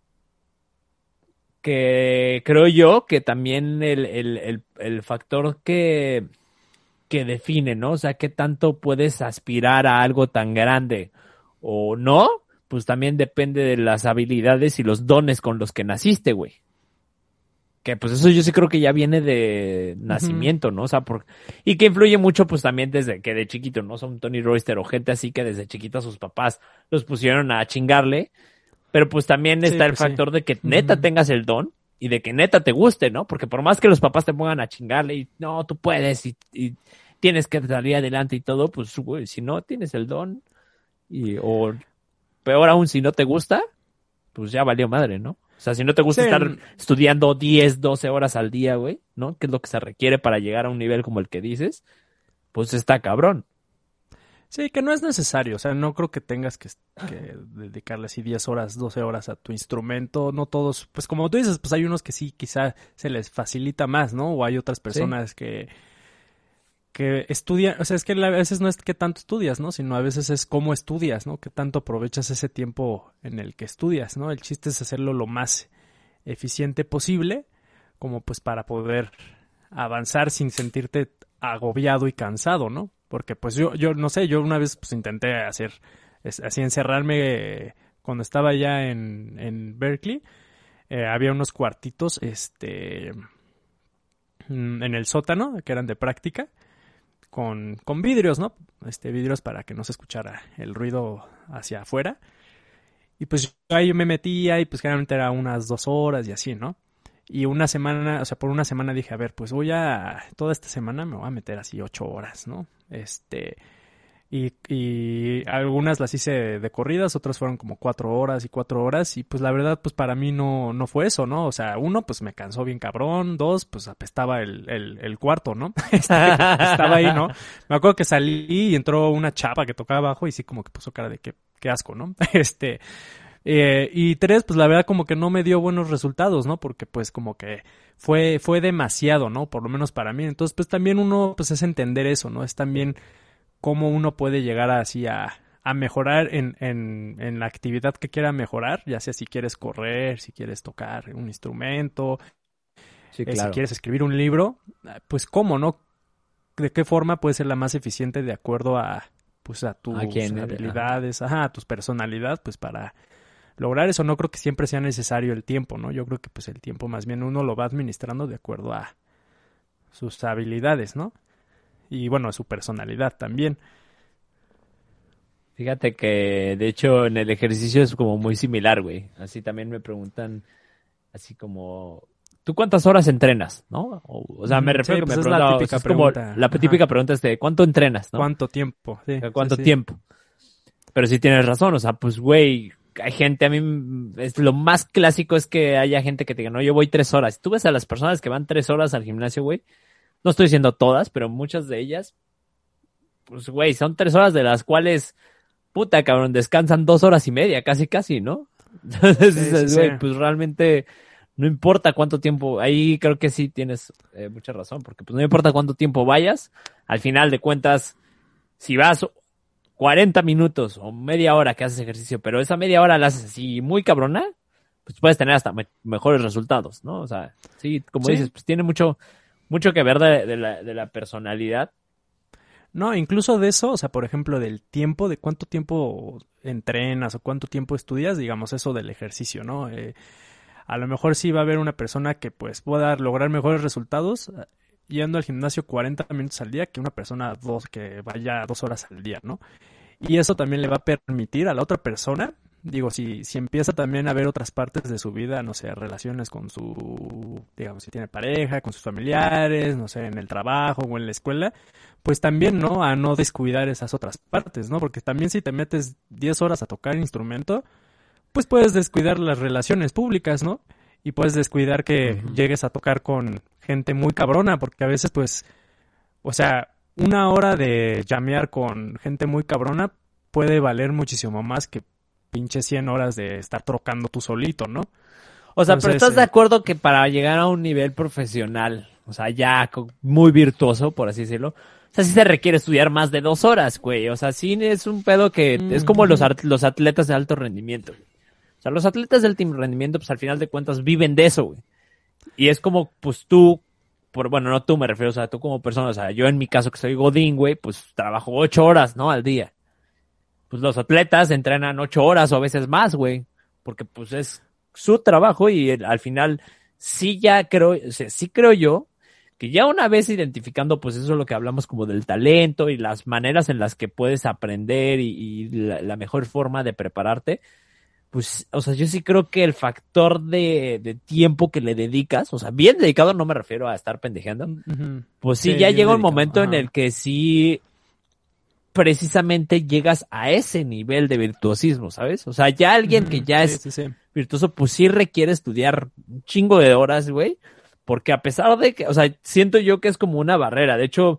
creo yo que también el factor que define, ¿no? O sea, qué tanto puedes aspirar a algo tan grande o no, pues también depende de las habilidades y los dones con los que naciste, güey. Que pues eso yo sí creo que ya viene de nacimiento, ¿no? O sea, y que influye mucho pues también desde que de chiquito, ¿no? Son Tony Royster o gente así que desde chiquito sus papás los pusieron a chingarle, pero pues también está el factor de que neta tengas el don y de que neta te guste, ¿no? Porque por más que los papás te pongan a chingarle y no, tú puedes y tienes que salir adelante y todo, pues güey, si no tienes el don o peor aún si no te gusta, pues ya valió madre, ¿no? O sea, si no te gusta estar estudiando 10, 12 horas al día, güey, ¿no? Que es lo que se requiere para llegar a un nivel como el que dices, pues está cabrón. Sí, que no es necesario, o sea, no creo que tengas que dedicarle así 10 horas, 12 horas a tu instrumento, no todos, pues como tú dices, pues hay unos que sí, quizá se les facilita más, ¿no? O hay otras personas que estudian, o sea, es que a veces no es que tanto estudias, ¿no? Sino a veces es cómo estudias, ¿no? Que tanto aprovechas ese tiempo en el que estudias, ¿no? El chiste es hacerlo lo más eficiente posible, como pues para poder avanzar sin sentirte agobiado y cansado, ¿no? Porque pues yo no sé, yo una vez pues intenté así encerrarme cuando estaba ya en Berkeley, había unos cuartitos, en el sótano, que eran de práctica, con vidrios, ¿no? Vidrios para que no se escuchara el ruido hacia afuera. Y pues ahí me metía y pues generalmente era unas 2 horas y así, ¿no? Y una semana, o sea, por una semana dije, a ver, pues toda esta semana me voy a meter así 8 horas, ¿no? Y algunas las hice de corridas, otras fueron como 4 horas y 4 horas. Y pues la verdad, pues para mí no fue eso, ¿no? O sea, 1, pues me cansó bien cabrón. 2, pues apestaba el cuarto, ¿no? Estaba ahí, ¿no? Me acuerdo que salí y entró una chava que tocaba abajo y sí como que puso cara de qué asco, ¿no? Y 3, pues la verdad como que no me dio buenos resultados, ¿no? Porque pues como que fue demasiado, ¿no? Por lo menos para mí. Entonces pues también uno pues es entender eso, ¿no? Es también cómo uno puede llegar así a mejorar en la actividad que quiera mejorar, ya sea si quieres correr, si quieres tocar un instrumento, Sí, claro. si quieres escribir un libro, pues cómo, ¿no? ¿De qué forma puede ser la más eficiente de acuerdo a tus habilidades, a tu personalidad, pues para lograr eso? No creo que siempre sea necesario el tiempo, ¿no? Yo creo que pues el tiempo más bien uno lo va administrando de acuerdo a sus habilidades, ¿no? Y bueno, a su personalidad también. Fíjate que, de hecho, en el ejercicio es como muy similar, güey. Así también me preguntan, así como, ¿tú cuántas horas entrenas, no? O sea, me refiero que pues me es la preguntan, típica es como pregunta. la típica pregunta es de ¿cuánto entrenas, no? ¿Cuánto tiempo? Sí, ¿Cuánto sí. tiempo? Pero sí tienes razón, o sea, pues, güey, hay gente, a mí, lo más clásico es que haya gente que te diga, no, yo voy 3 horas. Tú ves a las personas que van 3 horas al gimnasio, güey, no estoy diciendo todas, pero muchas de ellas, pues, güey, son 3 horas de las cuales, puta, cabrón, descansan 2 horas y media, casi, ¿no? Entonces dices, güey, pues realmente no importa cuánto tiempo, ahí creo que sí tienes mucha razón, porque pues no importa cuánto tiempo vayas, al final de cuentas, si vas 40 minutos o media hora que haces ejercicio, pero esa media hora la haces así muy cabrona, pues puedes tener hasta mejores resultados, ¿no? O sea, sí, como dices, pues tiene mucho que ver de la personalidad. No, incluso de eso, o sea, por ejemplo, del tiempo, de cuánto tiempo entrenas o cuánto tiempo estudias, digamos, eso del ejercicio, ¿no? A lo mejor sí va a haber una persona que pues pueda lograr mejores resultados yendo al gimnasio 40 minutos al día que una persona que vaya 2 horas al día, ¿no? Y eso también le va a permitir a la otra persona, digo, si empieza también a ver otras partes de su vida, no sé, relaciones con digamos, si tiene pareja, con sus familiares, no sé, en el trabajo o en la escuela, pues también, ¿no? A no descuidar esas otras partes, ¿no? Porque también si te metes 10 horas a tocar instrumento, pues puedes descuidar las relaciones públicas, ¿no? Y puedes descuidar que llegues a tocar con gente muy cabrona, porque a veces, pues, o sea, 1 hora de llamear con gente muy cabrona puede valer muchísimo más que pinche 100 horas de estar trocando tú solito, ¿no? O sea, pero ¿estás de acuerdo que para llegar a un nivel profesional, o sea, ya muy virtuoso, por así decirlo, o sea, sí se requiere estudiar más de 2 horas, güey? O sea, sí es un pedo que es como los atletas de alto rendimiento. O sea, los atletas de alto rendimiento, pues al final de cuentas viven de eso, güey. Y es como, pues tú, bueno, no tú me refiero, o sea, tú como persona, o sea, yo en mi caso que soy godín, güey, pues trabajo 8 horas, ¿no? Al día. Pues los atletas entrenan 8 horas o a veces más, güey. Porque pues es su trabajo y al final sí creo yo que ya una vez identificando pues eso es lo que hablamos como del talento y las maneras en las que puedes aprender y la mejor forma de prepararte, pues, o sea, yo sí creo que el factor de tiempo que le dedicas, o sea, bien dedicado no me refiero a estar pendejeando, pues sí ya llega un momento en el que sí precisamente llegas a ese nivel de virtuosismo, ¿sabes? O sea, ya alguien que ya es virtuoso, pues sí requiere estudiar un chingo de horas, güey, porque a pesar de que, o sea, siento yo que es como una barrera. De hecho,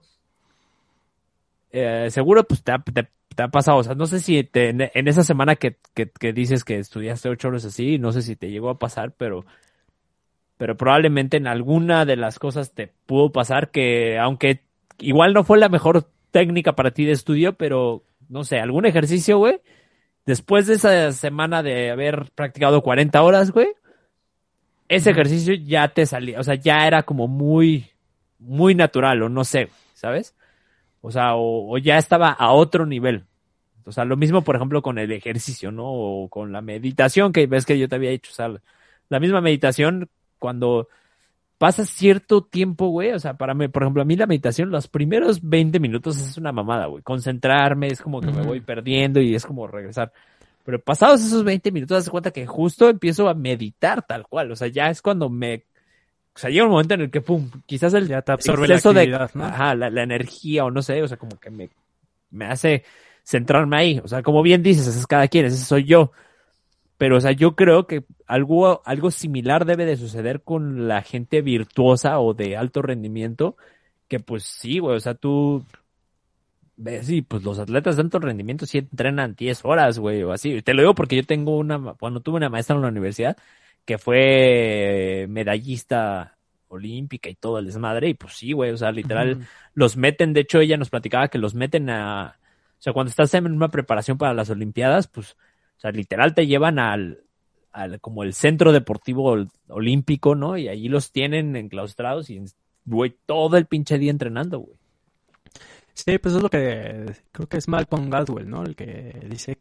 seguro pues te ha pasado, o sea, no sé si en esa semana que dices que estudiaste 8 horas así, no sé si te llegó a pasar, pero probablemente en alguna de las cosas te pudo pasar que, aunque igual no fue la mejor técnica para ti de estudio, pero no sé, algún ejercicio, güey, después de esa semana de haber practicado 40 horas, güey, ese ejercicio ya te salía, o sea, ya era como muy natural, o no sé, ¿sabes? O sea, o ya estaba a otro nivel. O sea, lo mismo, por ejemplo, con el ejercicio, ¿no? O con la meditación que ves que yo te había dicho, o sea, la misma meditación cuando pasas cierto tiempo, güey, o sea, para mí, por ejemplo, a mí la meditación, los primeros 20 minutos es una mamada, güey. Concentrarme, es como que me voy perdiendo y es como regresar. Pero pasados esos 20 minutos, das cuenta que justo empiezo a meditar tal cual. O sea, ya es cuando o sea, llega un momento en el que, pum, quizás el ya te absorbe exceso la actividad, ¿no? ajá, la energía o no sé, o sea, como que me hace centrarme ahí. O sea, como bien dices, ese es cada quien, ese soy yo. Pero, o sea, yo creo que algo similar debe de suceder con la gente virtuosa o de alto rendimiento, que pues sí, güey, o sea, tú ves, sí, pues los atletas de alto rendimiento sí entrenan 10 horas, güey, o así. Te lo digo porque yo cuando tuve una maestra en la universidad que fue medallista olímpica y todo el desmadre, y pues sí, güey, o sea, literal, los meten, de hecho ella nos platicaba que los meten o sea, cuando estás en una preparación para las Olimpiadas, pues o sea, literal te llevan al como el centro deportivo olímpico, ¿no? Y allí los tienen enclaustrados y, güey, todo el pinche día entrenando, güey. Sí, pues es lo que creo que es Malcolm Gladwell, ¿no? El que dice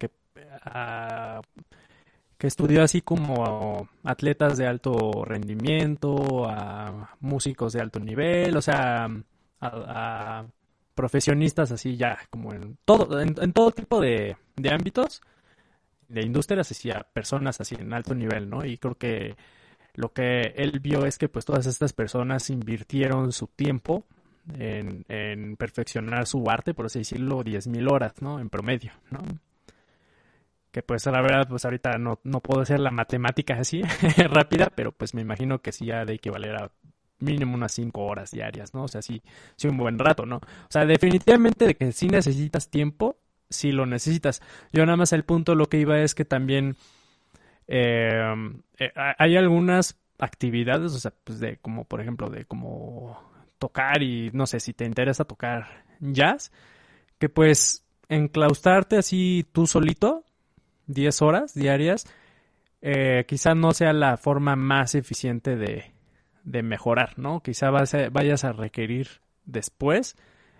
que estudió así como atletas de alto rendimiento, a músicos de alto nivel, o sea, a profesionistas así ya como en todo tipo de ámbitos de industrias, así a personas así en alto nivel, ¿no? Y creo que lo que él vio es que pues todas estas personas invirtieron su tiempo en perfeccionar su arte, por así decirlo, 10,000 horas, ¿no? En promedio, ¿no? Que pues la verdad, pues ahorita no puedo hacer la matemática así rápida, pero pues me imagino que sí ha de equivaler a mínimo unas 5 horas diarias, ¿no? O sea, sí un buen rato, ¿no? O sea, definitivamente de que sí necesitas tiempo, sí lo necesitas. Yo nada más el punto lo que iba es que también hay algunas actividades, o sea, pues de como, por ejemplo, de como tocar y no sé si te interesa tocar jazz, que pues enclaustrarte así tú solito 10 horas diarias, quizá no sea la forma más eficiente de mejorar, ¿no? Quizá vayas a requerir después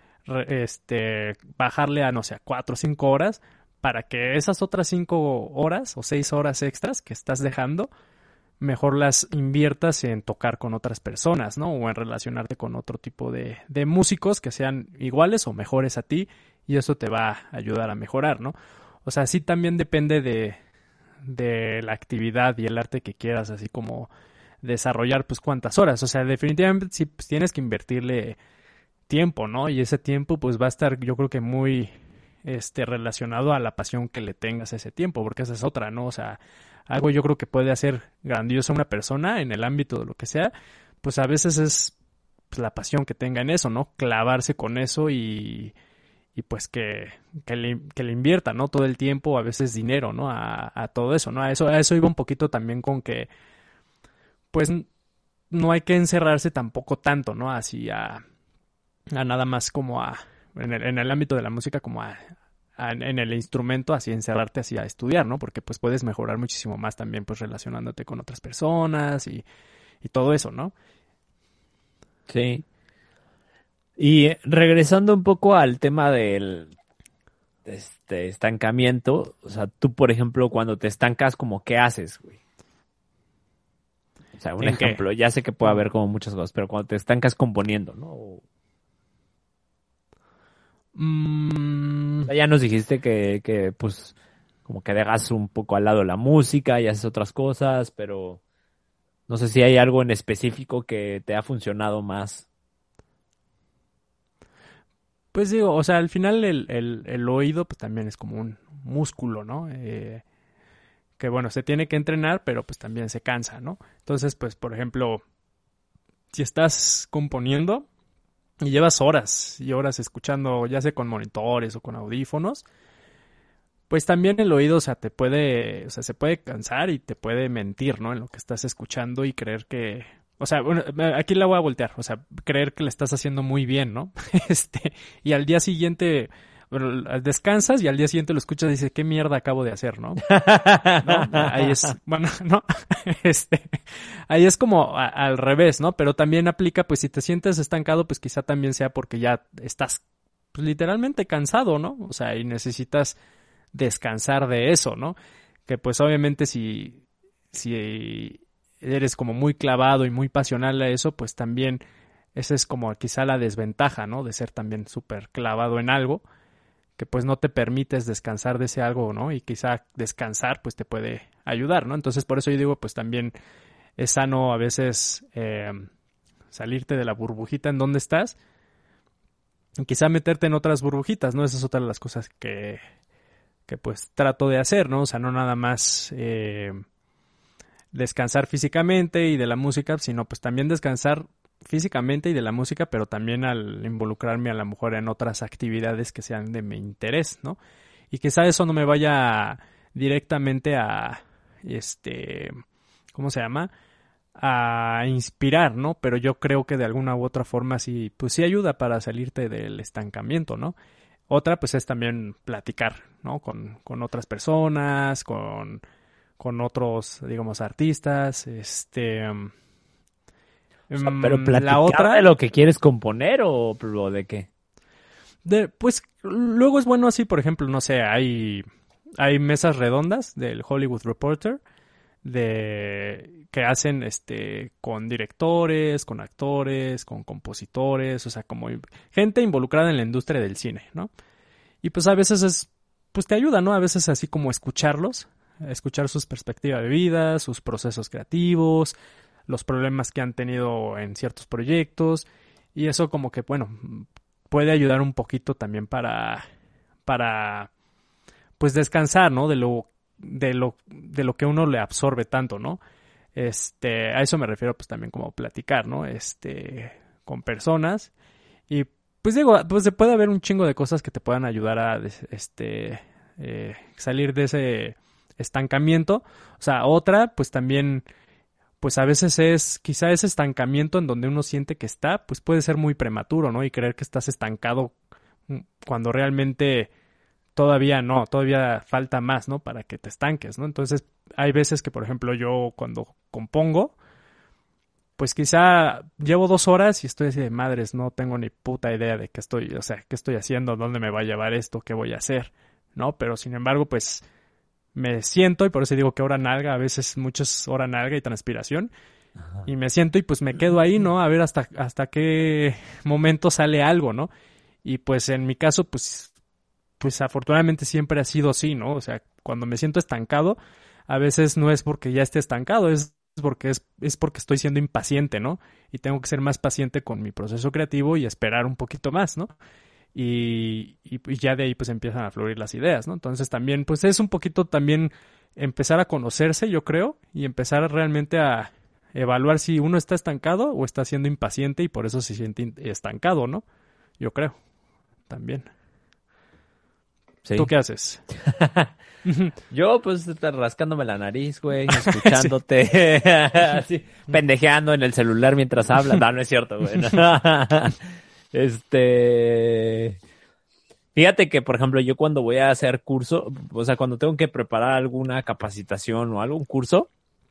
bajarle a, no sé, a 4 o 5 horas para que esas otras 5 horas o 6 horas extras que estás dejando, mejor las inviertas en tocar con otras personas, ¿no? O en relacionarte con otro tipo de músicos que sean iguales o mejores a ti y eso te va a ayudar a mejorar, ¿no? O sea, sí también depende de la actividad y el arte que quieras, así como desarrollar, pues cuántas horas. O sea, definitivamente sí pues, tienes que invertirle tiempo, ¿no? Y ese tiempo pues va a estar yo creo que muy relacionado a la pasión que le tengas a ese tiempo, porque esa es otra, ¿no? O sea, algo yo creo que puede hacer grandioso a una persona en el ámbito de lo que sea, pues a veces es pues, la pasión que tenga en eso, ¿no? Clavarse con eso y pues que le invierta, ¿no? Todo el tiempo, a veces dinero, ¿no? A todo eso, ¿no? A eso iba un poquito también con que, pues, no hay que encerrarse tampoco tanto, ¿no? Así a nada más como en el ámbito de la música, como en el instrumento, así encerrarte así a estudiar, ¿no? Porque pues puedes mejorar muchísimo más también, pues, relacionándote con otras personas y todo eso, ¿no? Sí. Y regresando un poco al tema del estancamiento, o sea, tú, por ejemplo, cuando te estancas, como, ¿qué haces, güey? O sea, un ejemplo, ya sé que puede haber como muchas cosas, pero cuando te estancas componiendo, ¿no? O sea, ya nos dijiste que, pues, como que dejas un poco al lado la música y haces otras cosas, pero no sé si hay algo en específico que te ha funcionado más. Pues digo, o sea, al final el oído pues también es como un músculo, ¿no? Que bueno, se tiene que entrenar, pero pues también se cansa, ¿no? Entonces, pues, por ejemplo, si estás componiendo y llevas horas y horas escuchando, ya sea con monitores o con audífonos, pues también el oído, o sea, o sea, se puede cansar y te puede mentir, ¿no? En lo que estás escuchando y creer que, o sea, bueno, aquí la voy a voltear, o sea, creer que le estás haciendo muy bien, ¿no? Y al día siguiente, bueno, descansas y al día siguiente lo escuchas y dices, ¿qué mierda acabo de hacer, no? ¿No? Ahí es, bueno, no, ahí es como al revés, ¿no? Pero también aplica, pues si te sientes estancado, pues quizá también sea porque ya estás, pues literalmente cansado, ¿no? O sea, y necesitas descansar de eso, ¿no? Que pues obviamente si eres como muy clavado y muy pasional a eso, pues también esa es como quizá la desventaja, ¿no? De ser también súper clavado en algo, que pues no te permites descansar de ese algo, ¿no? Y quizá descansar pues te puede ayudar, ¿no? Entonces por eso yo digo, pues también es sano a veces salirte de la burbujita en donde estás y quizá meterte en otras burbujitas, ¿no? Esa es otra de las cosas que pues trato de hacer, ¿no? O sea, no nada más descansar físicamente y de la música, sino pues también descansar físicamente y de la música, pero también al involucrarme a lo mejor en otras actividades que sean de mi interés, ¿no? Y quizá eso no me vaya directamente a, ¿cómo se llama? A inspirar, ¿no? Pero yo creo que de alguna u otra forma sí, pues sí ayuda para salirte del estancamiento, ¿no? Otra, pues es también platicar, ¿no? Con otras personas, con otros, digamos, artistas, O sea, pero platicar la otra de lo que quieres componer o de qué. pues luego es bueno así, por ejemplo, no sé, hay mesas redondas del Hollywood Reporter que hacen con directores, con actores, con compositores, o sea, como gente involucrada en la industria del cine, ¿no? Y pues a veces pues te ayuda, ¿no? A veces así como escucharlos, escuchar sus perspectivas de vida, sus procesos creativos, los problemas que han tenido en ciertos proyectos, y eso como que, bueno, puede ayudar un poquito también para pues descansar, ¿no? De lo que uno le absorbe tanto, ¿no? A eso me refiero pues también como platicar, ¿no? Con personas y pues digo, pues se puede haber un chingo de cosas que te puedan ayudar a salir de ese estancamiento. O sea, otra pues también pues a veces es quizá ese estancamiento en donde uno siente que está, pues puede ser muy prematuro, ¿no? Y creer que estás estancado cuando realmente todavía no, todavía falta más, ¿no? Para que te estanques, ¿no? Entonces, hay veces que, por ejemplo, yo cuando compongo, pues quizá llevo 2 horas y estoy así de madres, no tengo ni puta idea de qué estoy, o sea, qué estoy haciendo, dónde me va a llevar esto, qué voy a hacer, ¿no? Pero sin embargo, pues me siento y por eso digo que hora nalga, a veces muchas hora nalga y transpiración, Ajá. y me siento y pues me quedo ahí, ¿no? A ver hasta qué momento sale algo, ¿no? Y pues en mi caso, pues afortunadamente siempre ha sido así, ¿no? O sea, cuando me siento estancado, a veces no es porque ya esté estancado, es porque estoy siendo impaciente, ¿no? Y tengo que ser más paciente con mi proceso creativo y esperar un poquito más, ¿no? Y ya de ahí pues empiezan a fluir las ideas, ¿no? Entonces también, pues es un poquito también empezar a conocerse, yo creo, y empezar realmente a evaluar si uno está estancado o está siendo impaciente y por eso se siente estancado, ¿no? Yo creo, también. Sí. ¿Tú qué haces? Yo, pues, rascándome la nariz, güey, escuchándote, así, pendejeando en el celular mientras hablas. No, no es cierto, güey. No. Fíjate que, por ejemplo, yo cuando voy a hacer curso, o sea, cuando tengo que preparar alguna capacitación o algún curso,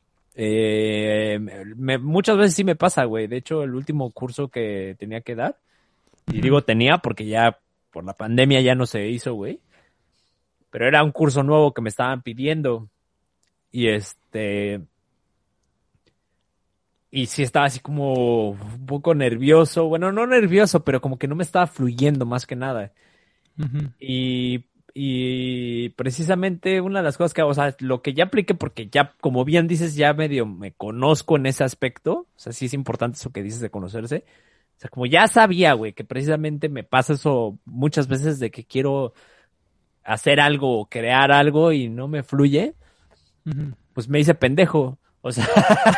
muchas veces sí me pasa, güey. De hecho, el último curso que tenía que dar, y digo tenía porque ya por la pandemia ya no se hizo, güey. Pero era un curso nuevo que me estaban pidiendo. Y y sí estaba así como un poco nervioso. Bueno, no nervioso, pero como que no me estaba fluyendo más que nada. Ujú. Y precisamente una de las cosas que hago, o sea, lo que ya apliqué, porque ya, como bien dices, ya medio me conozco en ese aspecto. O sea, sí es importante eso que dices de conocerse. O sea, como ya sabía, güey, que precisamente me pasa eso muchas veces de que quiero hacer algo o crear algo y no me fluye, Ujú. pues me hice pendejo. O sea,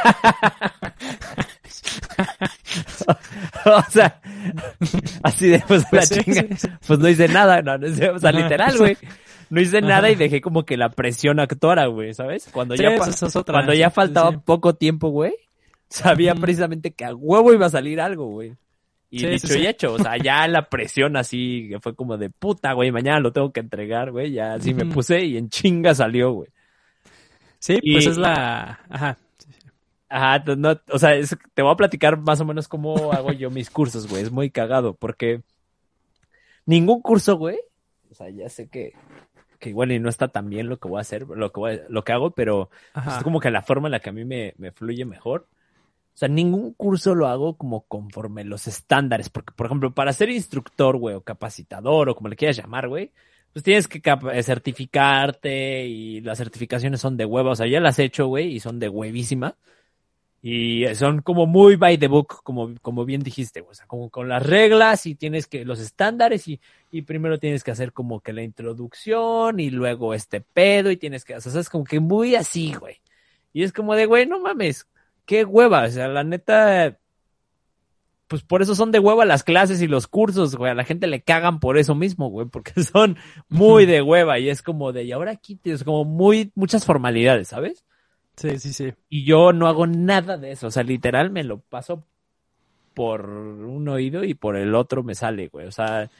o sea, así de pues, Pues la sí, chinga, sí, sí. pues no hice nada, no, o sea, Ajá. literal, güey. No hice nada y Ajá. dejé como que la presión actuara, güey, ¿sabes? Sí, esa es otra. Cuando ya Sí, sí, faltaba sí. poco tiempo, güey, sabía Ujú. precisamente que a huevo iba a salir algo, güey. Y Sí, sí, dicho y sí. hecho, o sea, ya la presión así, que fue como de puta, güey, mañana lo tengo que entregar, güey, ya así me Ujú. puse y en chinga salió, güey. Sí, pues es Y, la... Ajá. ajá, no, o sea, te voy a platicar más o menos cómo hago yo mis cursos, güey, es muy cagado, porque ningún curso, güey, o sea, ya sé que que igual y no está tan bien lo que voy a hacer, lo que hago, pero pues, es como que la forma en la que a mí me fluye mejor. O sea, ningún curso lo hago como conforme los estándares, porque, por ejemplo, para ser instructor, güey, o capacitador, o como le quieras llamar, güey, pues tienes que certificarte, y las certificaciones son de hueva, o sea, ya las he hecho, güey, y son de huevísima, y son como muy by the book, como bien dijiste, güey, o sea, como con las reglas, y tienes que, los estándares, y primero tienes que hacer como que la introducción, y luego este pedo, y tienes que, o sea, es como que muy así, güey, y es como de, güey, no mames, qué hueva, o sea, la neta, pues por eso son de hueva las clases y los cursos, güey. A la gente le cagan por eso mismo, güey, porque son muy de hueva y es como de, y ahora aquí tienes como muchas formalidades, ¿sabes? Sí, sí, sí. Y yo no hago nada de eso, o sea, literal me lo paso por un oído y por el otro me sale, güey. O sea,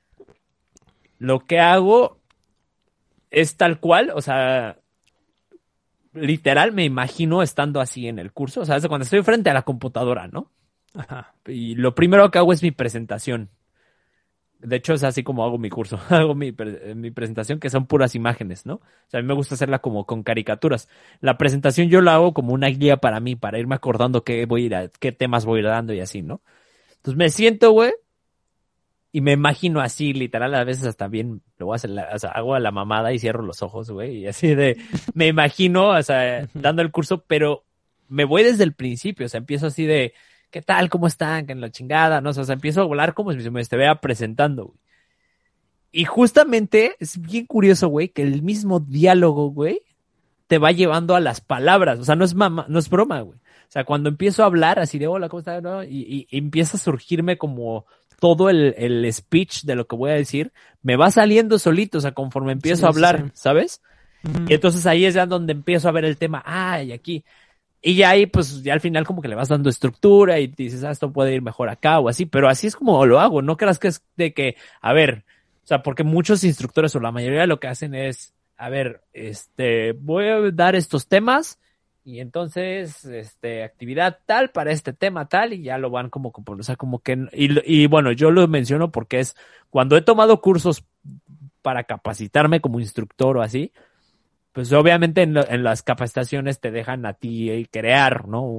lo que hago es tal cual, o sea, literal me imagino estando así en el curso, o sea, es cuando estoy frente a la computadora, ¿no? Ajá. Y lo primero que hago es mi presentación. De hecho, es así como hago mi curso. Hago mi presentación, que son puras imágenes, ¿no? O sea, a mí me gusta hacerla como con caricaturas. La presentación yo la hago como una guía para mí, para irme acordando qué temas voy a ir dando y así, ¿no? Entonces me siento, güey, y me imagino así, literal, a veces hasta bien, lo voy a hacer, o sea, hago a la mamada y cierro los ojos, güey, y así me imagino, o sea, dando el curso, pero me voy desde el principio, o sea, empiezo así de, ¿qué tal? ¿Cómo están? Que en la chingada, ¿no? O sea, empiezo a volar como si me estuviera presentando, güey. Y justamente es bien curioso, güey, que el mismo diálogo, güey, te va llevando a las palabras. O sea, no es broma, güey. O sea, cuando empiezo a hablar así de hola, ¿cómo estás? ¿No? Y empieza a surgirme como todo el speech de lo que voy a decir, me va saliendo solito, o sea, conforme empiezo a hablar, sí. ¿Sabes? Y entonces ahí es ya donde empiezo a ver el tema, y aquí. Y ya ahí, pues, ya al final como que le vas dando estructura y dices, esto puede ir mejor acá o así, pero así es como lo hago, no creas que es de que, a ver, o sea, porque muchos instructores o la mayoría lo que hacen es, a ver, voy a dar estos temas y entonces, actividad tal para este tema tal y ya lo van como, o sea, como que, y bueno, yo lo menciono porque es, cuando he tomado cursos para capacitarme como instructor o así, pues obviamente en las capacitaciones te dejan a ti crear, ¿no?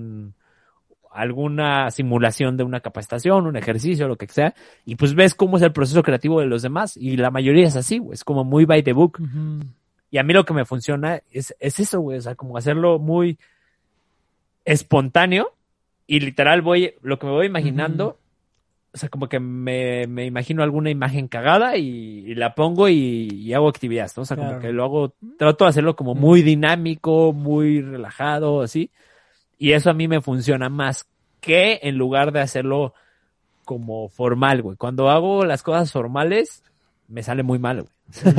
Alguna simulación de una capacitación, un ejercicio, lo que sea, y pues ves cómo es el proceso creativo de los demás, y la mayoría es así, güey, es como muy by the book. Uh-huh. Y a mí lo que me funciona es eso, güey, o sea, como hacerlo muy espontáneo, y literal lo que me voy imaginando, uh-huh. O sea, como que me imagino alguna imagen cagada y la pongo y hago actividades, ¿no? O sea, claro. Como que lo hago, trato de hacerlo como muy dinámico, muy relajado, así. Y eso a mí me funciona más que en lugar de hacerlo como formal, güey. Cuando hago las cosas formales, me sale muy mal, güey.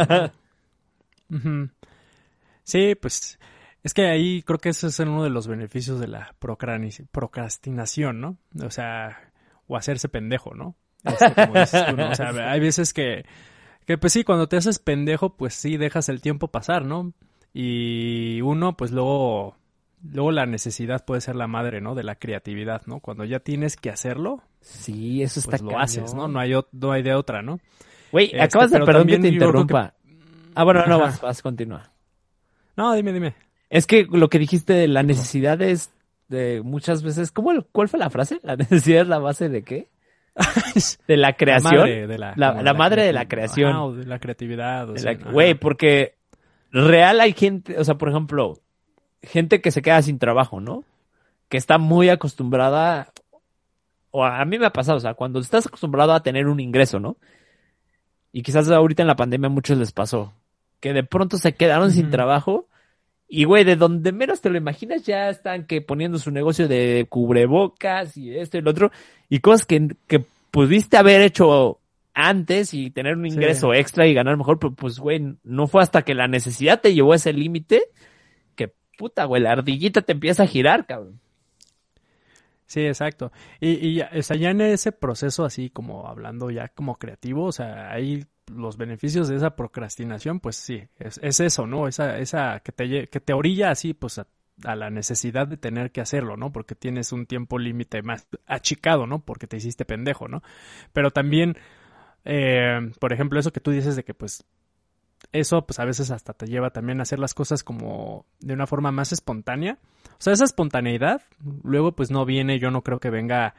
Uh-huh. Sí, pues es que ahí creo que ese es uno de los beneficios de la procrastinación, ¿no? O sea, o hacerse pendejo, ¿no? Como dices tú, ¿no? O sea, hay veces que pues sí, cuando te haces pendejo, pues sí dejas el tiempo pasar, ¿no? Y uno, pues luego la necesidad puede ser la madre, ¿no? De la creatividad, ¿no? Cuando ya tienes que hacerlo, sí, eso está pues lo haces, ¿no? No hay de otra, ¿no? Güey, acabas de, perdón que te interrumpa. Bueno, no, vas, continúa. No, dime. Es que lo que dijiste de la necesidad es de muchas veces, ¿cuál fue la frase? ¿La necesidad es la base de qué? De la creación. La madre de la creación. O de la creatividad. Güey, porque real hay gente, o sea, por ejemplo, gente que se queda sin trabajo, ¿no? Que está muy acostumbrada, o a mí me ha pasado, o sea, cuando estás acostumbrado a tener un ingreso, ¿no? Y quizás ahorita en la pandemia a muchos les pasó, que de pronto se quedaron sin trabajo. Y, güey, de donde menos te lo imaginas, ya están poniendo su negocio de cubrebocas y esto y lo otro. Y cosas que pudiste haber hecho antes y tener un ingreso extra y ganar mejor. Pero, pues, güey, no fue hasta que la necesidad te llevó a ese límite que, puta, güey, la ardillita te empieza a girar, cabrón. Sí, exacto. Y o sea, ya en ese proceso así como hablando ya como creativo, o sea, ahí los beneficios de esa procrastinación, pues sí, es eso, ¿no? Esa que te orilla así, pues a la necesidad de tener que hacerlo, ¿no? Porque tienes un tiempo límite más achicado, ¿no? Porque te hiciste pendejo, ¿no? Pero también, por ejemplo, eso que tú dices de que pues eso pues a veces hasta te lleva también a hacer las cosas como de una forma más espontánea. O sea, esa espontaneidad luego pues no viene, yo no creo que venga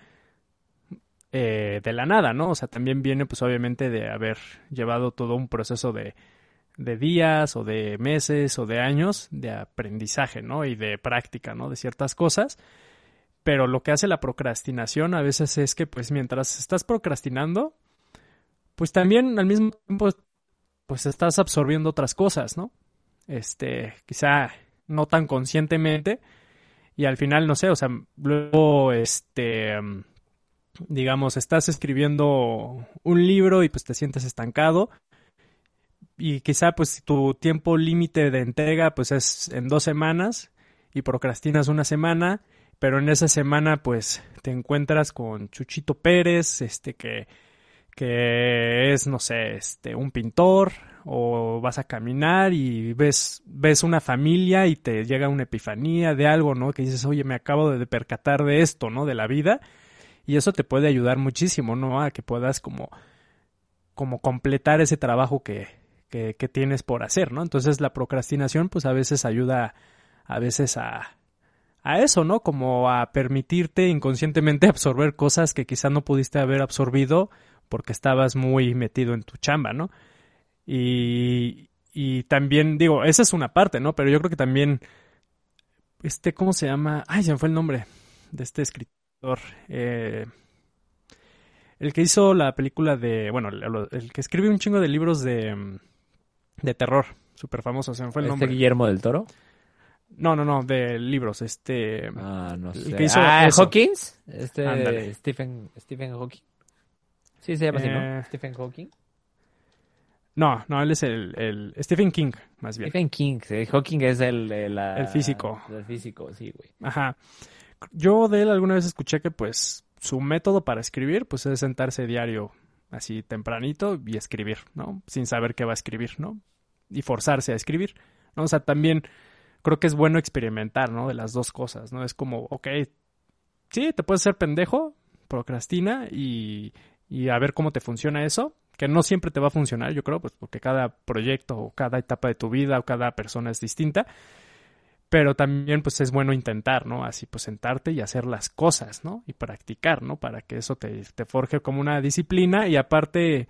de la nada, ¿no? O sea, también viene pues obviamente de haber llevado todo un proceso de días o de meses o de años de aprendizaje, ¿no? Y de práctica, ¿no? De ciertas cosas. Pero lo que hace la procrastinación a veces es que pues mientras estás procrastinando, pues también al mismo tiempo pues estás absorbiendo otras cosas, ¿no? Quizá no tan conscientemente y al final, no sé, o sea, luego, digamos, estás escribiendo un libro y pues te sientes estancado y quizá pues tu tiempo límite de entrega pues es en 2 semanas y procrastinas una semana, pero en esa semana pues te encuentras con Chuchito Pérez, que es, no sé, un pintor, o vas a caminar y ves una familia y te llega una epifanía de algo, ¿no? Que dices, oye, me acabo de percatar de esto, ¿no? De la vida, y eso te puede ayudar muchísimo, ¿no? A que puedas como completar ese trabajo que tienes por hacer, ¿no? Entonces la procrastinación, pues a veces ayuda, a veces a eso, ¿no? Como a permitirte inconscientemente absorber cosas que quizá no pudiste haber absorbido porque estabas muy metido en tu chamba, ¿no? Y también, digo, esa es una parte, ¿no? Pero yo creo que también, ¿cómo se llama? Ay, se me fue el nombre de este escritor. El que hizo la película bueno, el que escribe un chingo de libros de terror, súper famoso, se me fue el nombre. ¿Guillermo del Toro? No, de libros, no sé. El que hizo ¿Hawkins? Ándale. Stephen Hawking. Sí, se llama así, ¿no? Stephen Hawking. No, él es el Stephen King, más bien. Stephen King, sí. Hawking es el físico. El físico, sí, güey. Ajá. Yo de él alguna vez escuché que pues su método para escribir pues es sentarse diario así tempranito y escribir, ¿no? Sin saber qué va a escribir, ¿no? Y forzarse a escribir, ¿no? O sea, también creo que es bueno experimentar, ¿no? De las dos cosas, ¿no? Es como, ok, sí, te puedes ser pendejo, procrastina y a ver cómo te funciona eso, que no siempre te va a funcionar, yo creo, pues porque cada proyecto o cada etapa de tu vida o cada persona es distinta, pero también pues es bueno intentar, ¿no? Así pues sentarte y hacer las cosas, ¿no? Y practicar, ¿no? Para que eso te forje como una disciplina y aparte,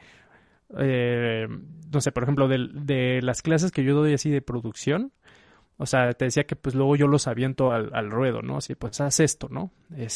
no sé, por ejemplo, de las clases que yo doy así de producción, o sea, te decía que pues luego yo los aviento al ruedo, ¿no? Así pues haz esto, ¿no?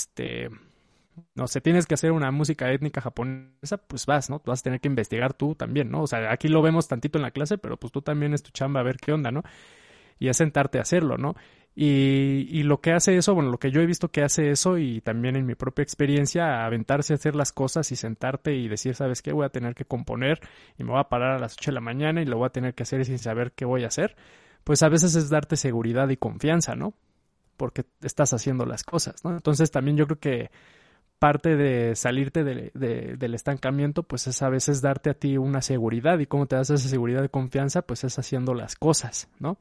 No sé, tienes que hacer una música étnica japonesa, pues vas, ¿no? Vas a tener que investigar tú también, ¿no? O sea, aquí lo vemos tantito en la clase, pero pues tú también es tu chamba a ver qué onda, ¿no? Y es sentarte a hacerlo, ¿no? Y lo que hace eso, bueno, lo que yo he visto que hace eso y también en mi propia experiencia, aventarse a hacer las cosas y sentarte y decir, ¿sabes qué? Voy a tener que componer y me voy a parar a las 8 de la mañana y lo voy a tener que hacer sin saber qué voy a hacer. Pues a veces es darte seguridad y confianza, ¿no? Porque estás haciendo las cosas, ¿no? Entonces también yo creo que parte de salirte del estancamiento, pues es a veces darte a ti una seguridad. ¿Y cómo te das esa seguridad de confianza? Pues es haciendo las cosas, ¿no?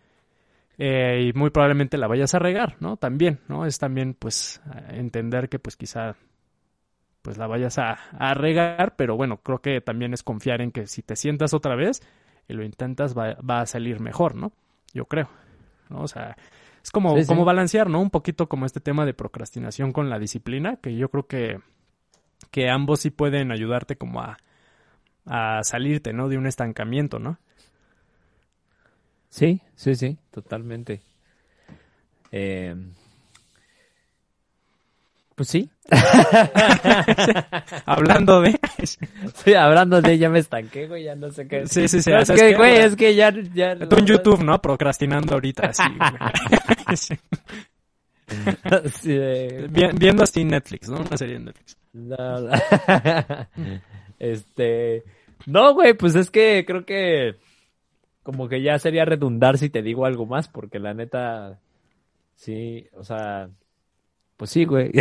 Y muy probablemente la vayas a regar, ¿no? También, ¿no? Es también, pues, entender que, pues, quizá, pues, la vayas a regar, pero bueno, creo que también es confiar en que si te sientas otra vez y lo intentas, va a salir mejor, ¿no? Yo creo, ¿no? O sea, es como, sí. como balancear, ¿no? Un poquito como este tema de procrastinación con la disciplina, que yo creo que ambos sí pueden ayudarte como a salirte, ¿no? De un estancamiento, ¿no? Sí, totalmente. Pues sí. Hablando de... Sí, hablando de ya me estanqué, güey, ya no sé qué. Sí. No, es que, güey, es que ya... Tú en YouTube, ¿no? Procrastinando ahorita, así, güey. Sí. Sí, viendo así Netflix, ¿no? Una serie de Netflix. No. No, güey, pues es que creo que como que ya sería redundar si te digo algo más, porque la neta, sí, o sea, pues sí, güey.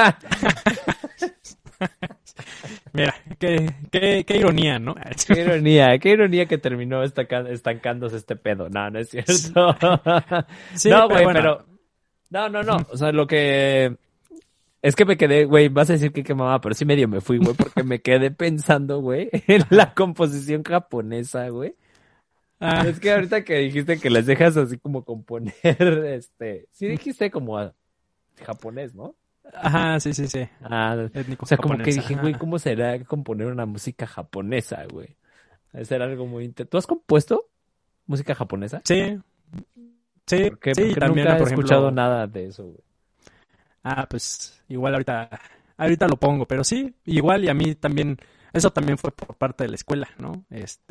Mira, qué ironía, ¿no? Qué ironía que terminó estancándose este pedo. No es cierto. Sí, no, güey, bueno. No. O sea, lo que... Es que me quedé, güey, vas a decir que qué mamá, pero sí medio me fui, güey, porque me quedé pensando, güey, en la composición japonesa, güey. Es que ahorita que dijiste que les dejas así como componer, sí dijiste como japonés, ¿no? Ajá, sí. O sea, como que dije, güey, ¿cómo será componer una música japonesa, güey? Debe ser algo muy... ¿Tú has compuesto música japonesa? Sí. Porque también, nunca he por escuchado ejemplo, nada de eso, güey. Pues igual ahorita lo pongo, pero sí, igual y a mí también, eso también fue por parte de la escuela, ¿no?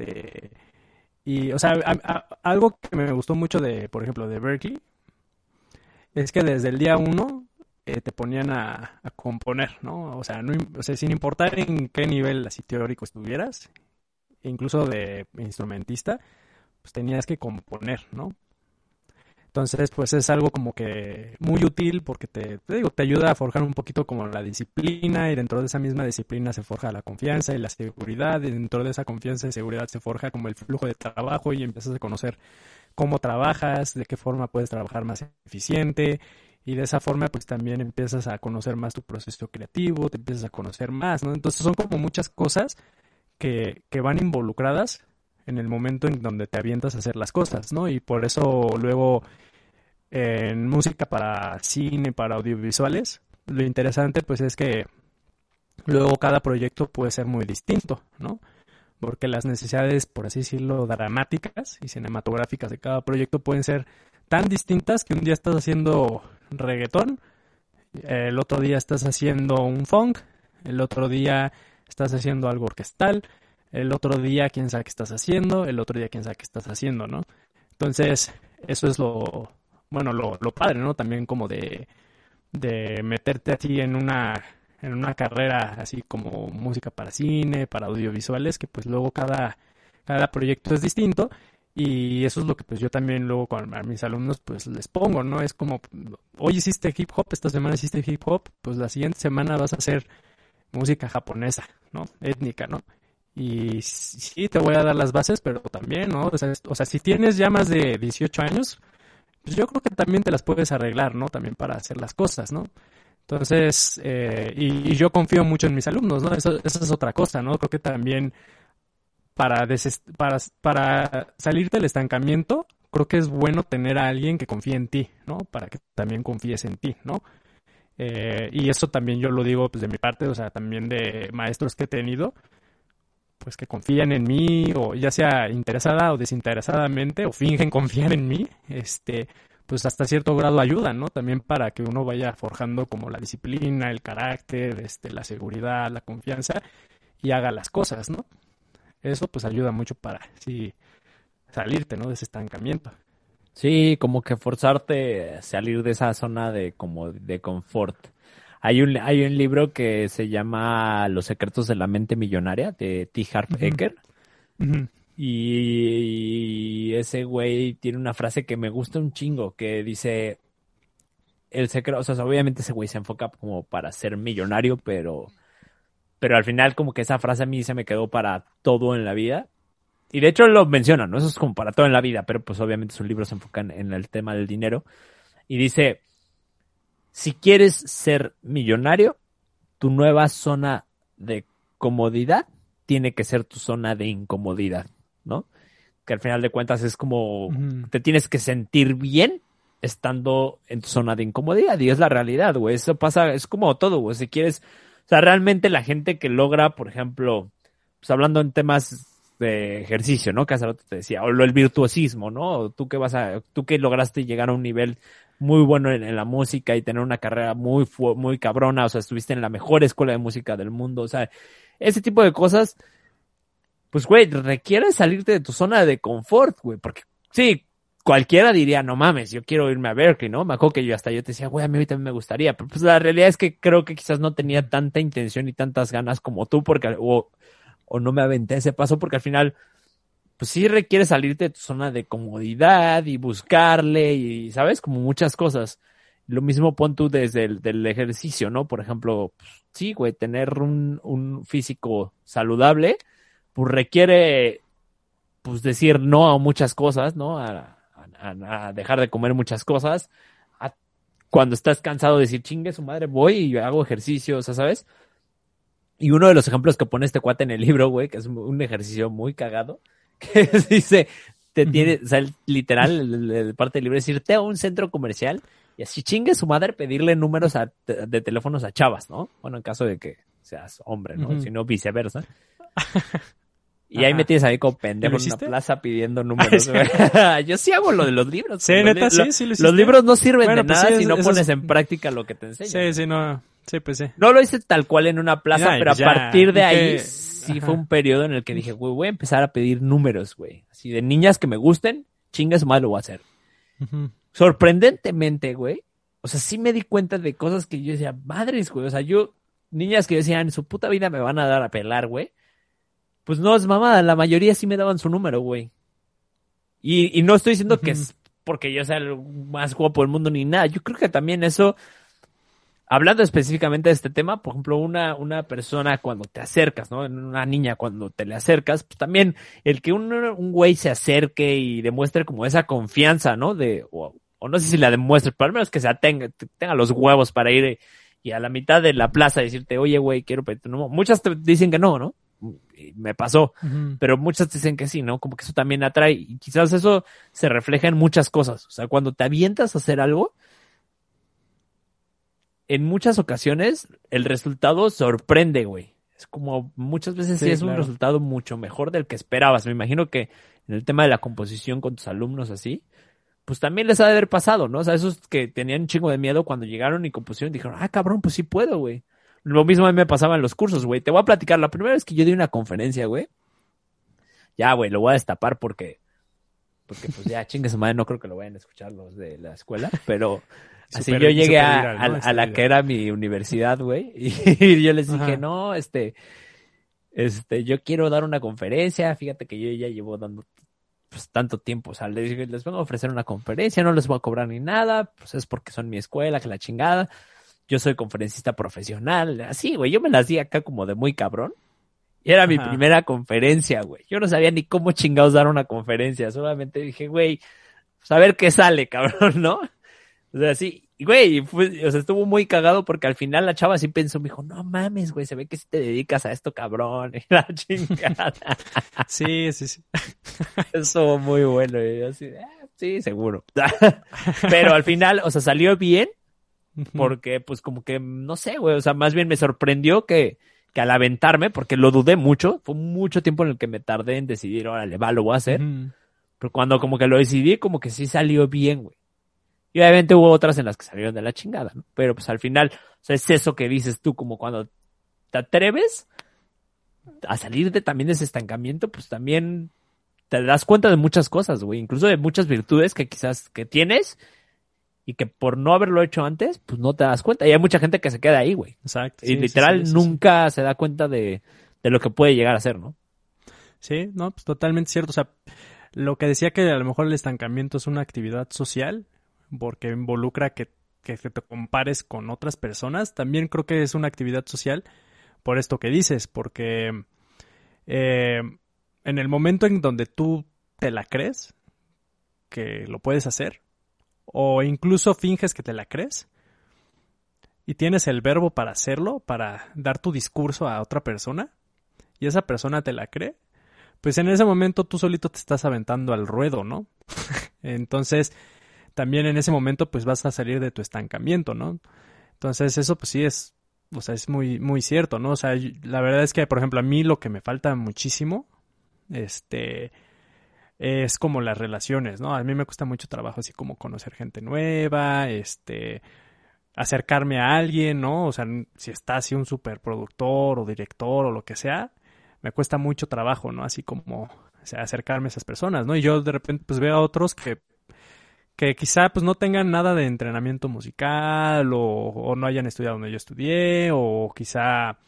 Y, o sea, algo que me gustó mucho por ejemplo, de Berkeley, es que desde el día uno te ponían a componer, ¿no? O sea, o sea, sin importar en qué nivel así teórico estuvieras, incluso de instrumentista, pues tenías que componer, ¿no? Entonces, pues es algo como que muy útil porque te digo, te ayuda a forjar un poquito como la disciplina y dentro de esa misma disciplina se forja la confianza y la seguridad y dentro de esa confianza y seguridad se forja como el flujo de trabajo y empiezas a conocer cómo trabajas, de qué forma puedes trabajar más eficiente y de esa forma pues también empiezas a conocer más tu proceso creativo, te empiezas a conocer más, ¿no? Entonces son como muchas cosas que van involucradas en el momento en donde te avientas a hacer las cosas, ¿no? Y por eso luego en música para cine, para audiovisuales, lo interesante pues es que luego cada proyecto puede ser muy distinto, ¿no? Porque las necesidades, por así decirlo, dramáticas y cinematográficas de cada proyecto pueden ser tan distintas que un día estás haciendo reggaetón, el otro día estás haciendo un funk, el otro día estás haciendo algo orquestal, el otro día quién sabe qué estás haciendo, el otro día quién sabe qué estás haciendo, ¿no? Entonces, eso es lo padre, ¿no? También como de meterte así en una carrera así como música para cine, para audiovisuales, que pues luego cada proyecto es distinto y eso es lo que pues yo también luego a mis alumnos pues les pongo, ¿no? Es como, hoy hiciste hip hop, esta semana hiciste hip hop, pues la siguiente semana vas a hacer música japonesa, ¿no? Étnica, ¿no? Y sí, te voy a dar las bases, pero también, ¿no? O sea, si tienes ya más de 18 años, pues yo creo que también te las puedes arreglar, ¿no? También para hacer las cosas, ¿no? Entonces, y yo confío mucho en mis alumnos, ¿no? Eso es otra cosa, ¿no? Creo que también para salir del estancamiento, creo que es bueno tener a alguien que confíe en ti, ¿no? Para que también confíes en ti, ¿no? Y eso también yo lo digo pues de mi parte, o sea, también de maestros que he tenido, pues que confían en mí, o ya sea interesada o desinteresadamente, o fingen confiar en mí, pues hasta cierto grado ayudan, ¿no? También para que uno vaya forjando como la disciplina, el carácter, la seguridad, la confianza, y haga las cosas, ¿no? Eso pues ayuda mucho para, sí, salirte, ¿no? De ese estancamiento. Sí, como que forzarte a salir de esa zona de como de confort. Hay un libro que se llama Los secretos de la mente millonaria de T. Harv Ujú, Eker ujú, y ese güey tiene una frase que me gusta un chingo que dice el secreto, o sea, obviamente ese güey se enfoca como para ser millonario, pero al final como que esa frase a mí se me quedó para todo en la vida. Y de hecho lo menciona, ¿no? Eso es como para todo en la vida, pero pues obviamente sus libros se enfocan en el tema del dinero. Y dice, si quieres ser millonario, tu nueva zona de comodidad tiene que ser tu zona de incomodidad, ¿no? Que al final de cuentas es como ujú. te tienes que sentir bien estando en tu zona de incomodidad y es la realidad, güey. Eso pasa, es como todo, güey. Si quieres, o sea, realmente la gente que logra, por ejemplo, pues hablando en temas de ejercicio, ¿no? Que hace rato te decía, o el virtuosismo, ¿no? Tú que lograste llegar a un nivel muy bueno en la música y tener una carrera muy cabrona, o sea, estuviste en la mejor escuela de música del mundo, o sea, ese tipo de cosas, pues, güey, requiere salirte de tu zona de confort, güey, porque sí, cualquiera diría, no mames, yo quiero irme a Berkeley, ¿no? Me acuerdo que yo te decía, güey, a mí también me gustaría, pero pues la realidad es que creo que quizás no tenía tanta intención y tantas ganas como tú, o no me aventé ese paso, porque al final, pues sí requiere salirte de tu zona de comodidad y buscarle y, ¿sabes? Como muchas cosas. Lo mismo pon tú desde del ejercicio, ¿no? Por ejemplo, pues, sí, güey, tener un físico saludable, pues requiere, pues decir no a muchas cosas, ¿no? A dejar de comer muchas cosas. A, cuando estás cansado de decir, chingue su madre, voy y hago ejercicio, o sea, ¿sabes? Y uno de los ejemplos que pone este cuate en el libro, güey, que es un ejercicio muy cagado, que dice, te tiene, o sea, literal, el parte libre es irte a un centro comercial y así chingue su madre pedirle números de teléfonos a chavas, ¿no? Bueno, en caso de que seas hombre, ¿no? Si no, viceversa. Y ahí me tienes ahí como pendejo en una plaza pidiendo números. Yo sí hago lo de los libros. Sí, neta, sí lo hiciste. Los libros no sirven de nada si no pones en práctica lo que te enseñan. Sí, no. Sí, pues sí. No lo hice tal cual en una plaza, pero a partir de ahí sí fue un periodo en el que dije, güey, voy a empezar a pedir números, güey. Así de niñas que me gusten, chingas más lo voy a hacer. Sorprendentemente, güey. O sea, sí me di cuenta de cosas que yo decía, madres, güey. O sea, niñas que decían, en su puta vida me van a dar a pelar, güey. Pues no es mamada, la mayoría sí me daban su número, güey. Y no estoy diciendo que es porque yo sea el más guapo del mundo ni nada. Yo creo que también eso, hablando específicamente de este tema, por ejemplo, una persona cuando te acercas, ¿no? Una niña cuando te le acercas, pues también el que un güey se acerque y demuestre como esa confianza, ¿no? O no sé si la demuestre, pero al menos que tenga los huevos para ir y a la mitad de la plaza decirte, oye, güey, quiero pedir tu número. Muchas te dicen que no, ¿no? Y me pasó, pero muchas dicen que sí, ¿no? Como que eso también atrae y quizás eso se refleja en muchas cosas. O sea, cuando te avientas a hacer algo, en muchas ocasiones el resultado sorprende, güey. Es como muchas veces sí es un resultado mucho mejor del que esperabas. Me imagino que en el tema de la composición con tus alumnos así, pues también les ha de haber pasado, ¿no? O sea, esos que tenían un chingo de miedo cuando llegaron y compusieron dijeron, cabrón, pues sí puedo, güey. Lo mismo a mí me pasaba en los cursos, güey. Te voy a platicar. La primera vez que yo di una conferencia, güey. Ya, güey, lo voy a destapar porque pues ya, chingue su madre, no creo que lo vayan a escuchar los de la escuela. Pero así yo llegué viral, ¿no? a la que era mi universidad, güey. Y yo les dije, no, yo quiero dar una conferencia. Fíjate que yo ya llevo dando pues tanto tiempo. O sea, les dije, les vengo a ofrecer una conferencia, no les voy a cobrar ni nada. Pues es porque son mi escuela, que la chingada. Yo soy conferencista profesional. Así, güey, yo me las di acá como de muy cabrón. Y era mi primera conferencia, güey. Yo no sabía ni cómo chingados dar una conferencia. Solamente dije, güey, pues a ver qué sale, cabrón, ¿no? O sea, sí, güey, o sea, estuvo muy cagado porque al final la chava sí pensó, me dijo, no mames, güey, se ve que sí te dedicas a esto, cabrón. Y la chingada. Sí. Estuvo muy bueno. Y yo así, sí, seguro. Pero al final, o sea, salió bien. Porque, pues, como que, no sé, güey, o sea, más bien me sorprendió que al aventarme, porque lo dudé mucho, fue mucho tiempo en el que me tardé en decidir, órale, va, lo voy a hacer. Pero cuando como que lo decidí, como que sí salió bien, güey. Y obviamente hubo otras en las que salieron de la chingada, ¿no? Pero pues al final, o sea, es eso que dices tú, como cuando te atreves a salir también de ese estancamiento, pues también te das cuenta de muchas cosas, güey, incluso de muchas virtudes que quizás que tienes y que por no haberlo hecho antes, pues no te das cuenta. Y hay mucha gente que se queda ahí, güey. Exacto. Y literal nunca se da cuenta de lo que puede llegar a ser, ¿no? Sí, no, pues totalmente cierto. O sea, lo que decía que a lo mejor el estancamiento es una actividad social, porque involucra que te compares con otras personas, también creo que es una actividad social por esto que dices, porque en el momento en donde tú te la crees, que lo puedes hacer, o incluso finges que te la crees y tienes el verbo para hacerlo, para dar tu discurso a otra persona y esa persona te la cree, pues en ese momento tú solito te estás aventando al ruedo, ¿no? Entonces también en ese momento pues vas a salir de tu estancamiento, ¿no? Entonces eso pues sí es, o sea, es muy, muy cierto, ¿no? O sea, la verdad es que, por ejemplo, a mí lo que me falta muchísimo, es como las relaciones, ¿no? A mí me cuesta mucho trabajo así como conocer gente nueva, acercarme a alguien, ¿no? O sea, si está así un superproductor o director o lo que sea, me cuesta mucho trabajo, ¿no? Así como, o sea, acercarme a esas personas, ¿no? Y yo de repente pues veo a otros que quizá pues no tengan nada de entrenamiento musical o no hayan estudiado donde yo estudié o quizá,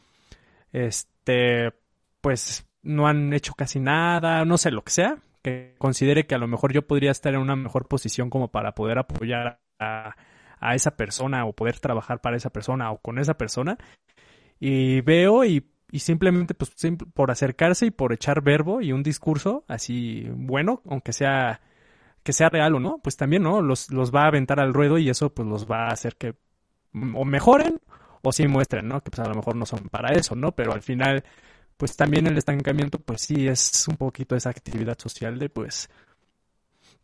pues no han hecho casi nada, no sé, lo que sea, que considere que a lo mejor yo podría estar en una mejor posición como para poder apoyar a esa persona o poder trabajar para esa persona o con esa persona y veo y simplemente pues por acercarse y por echar verbo y un discurso así bueno, aunque sea que sea real o no, pues también no los va a aventar al ruedo y eso pues los va a hacer que o mejoren o sí muestren, ¿no? Que pues a lo mejor no son para eso, ¿no? Pero al final pues también el estancamiento pues sí es un poquito esa actividad social de pues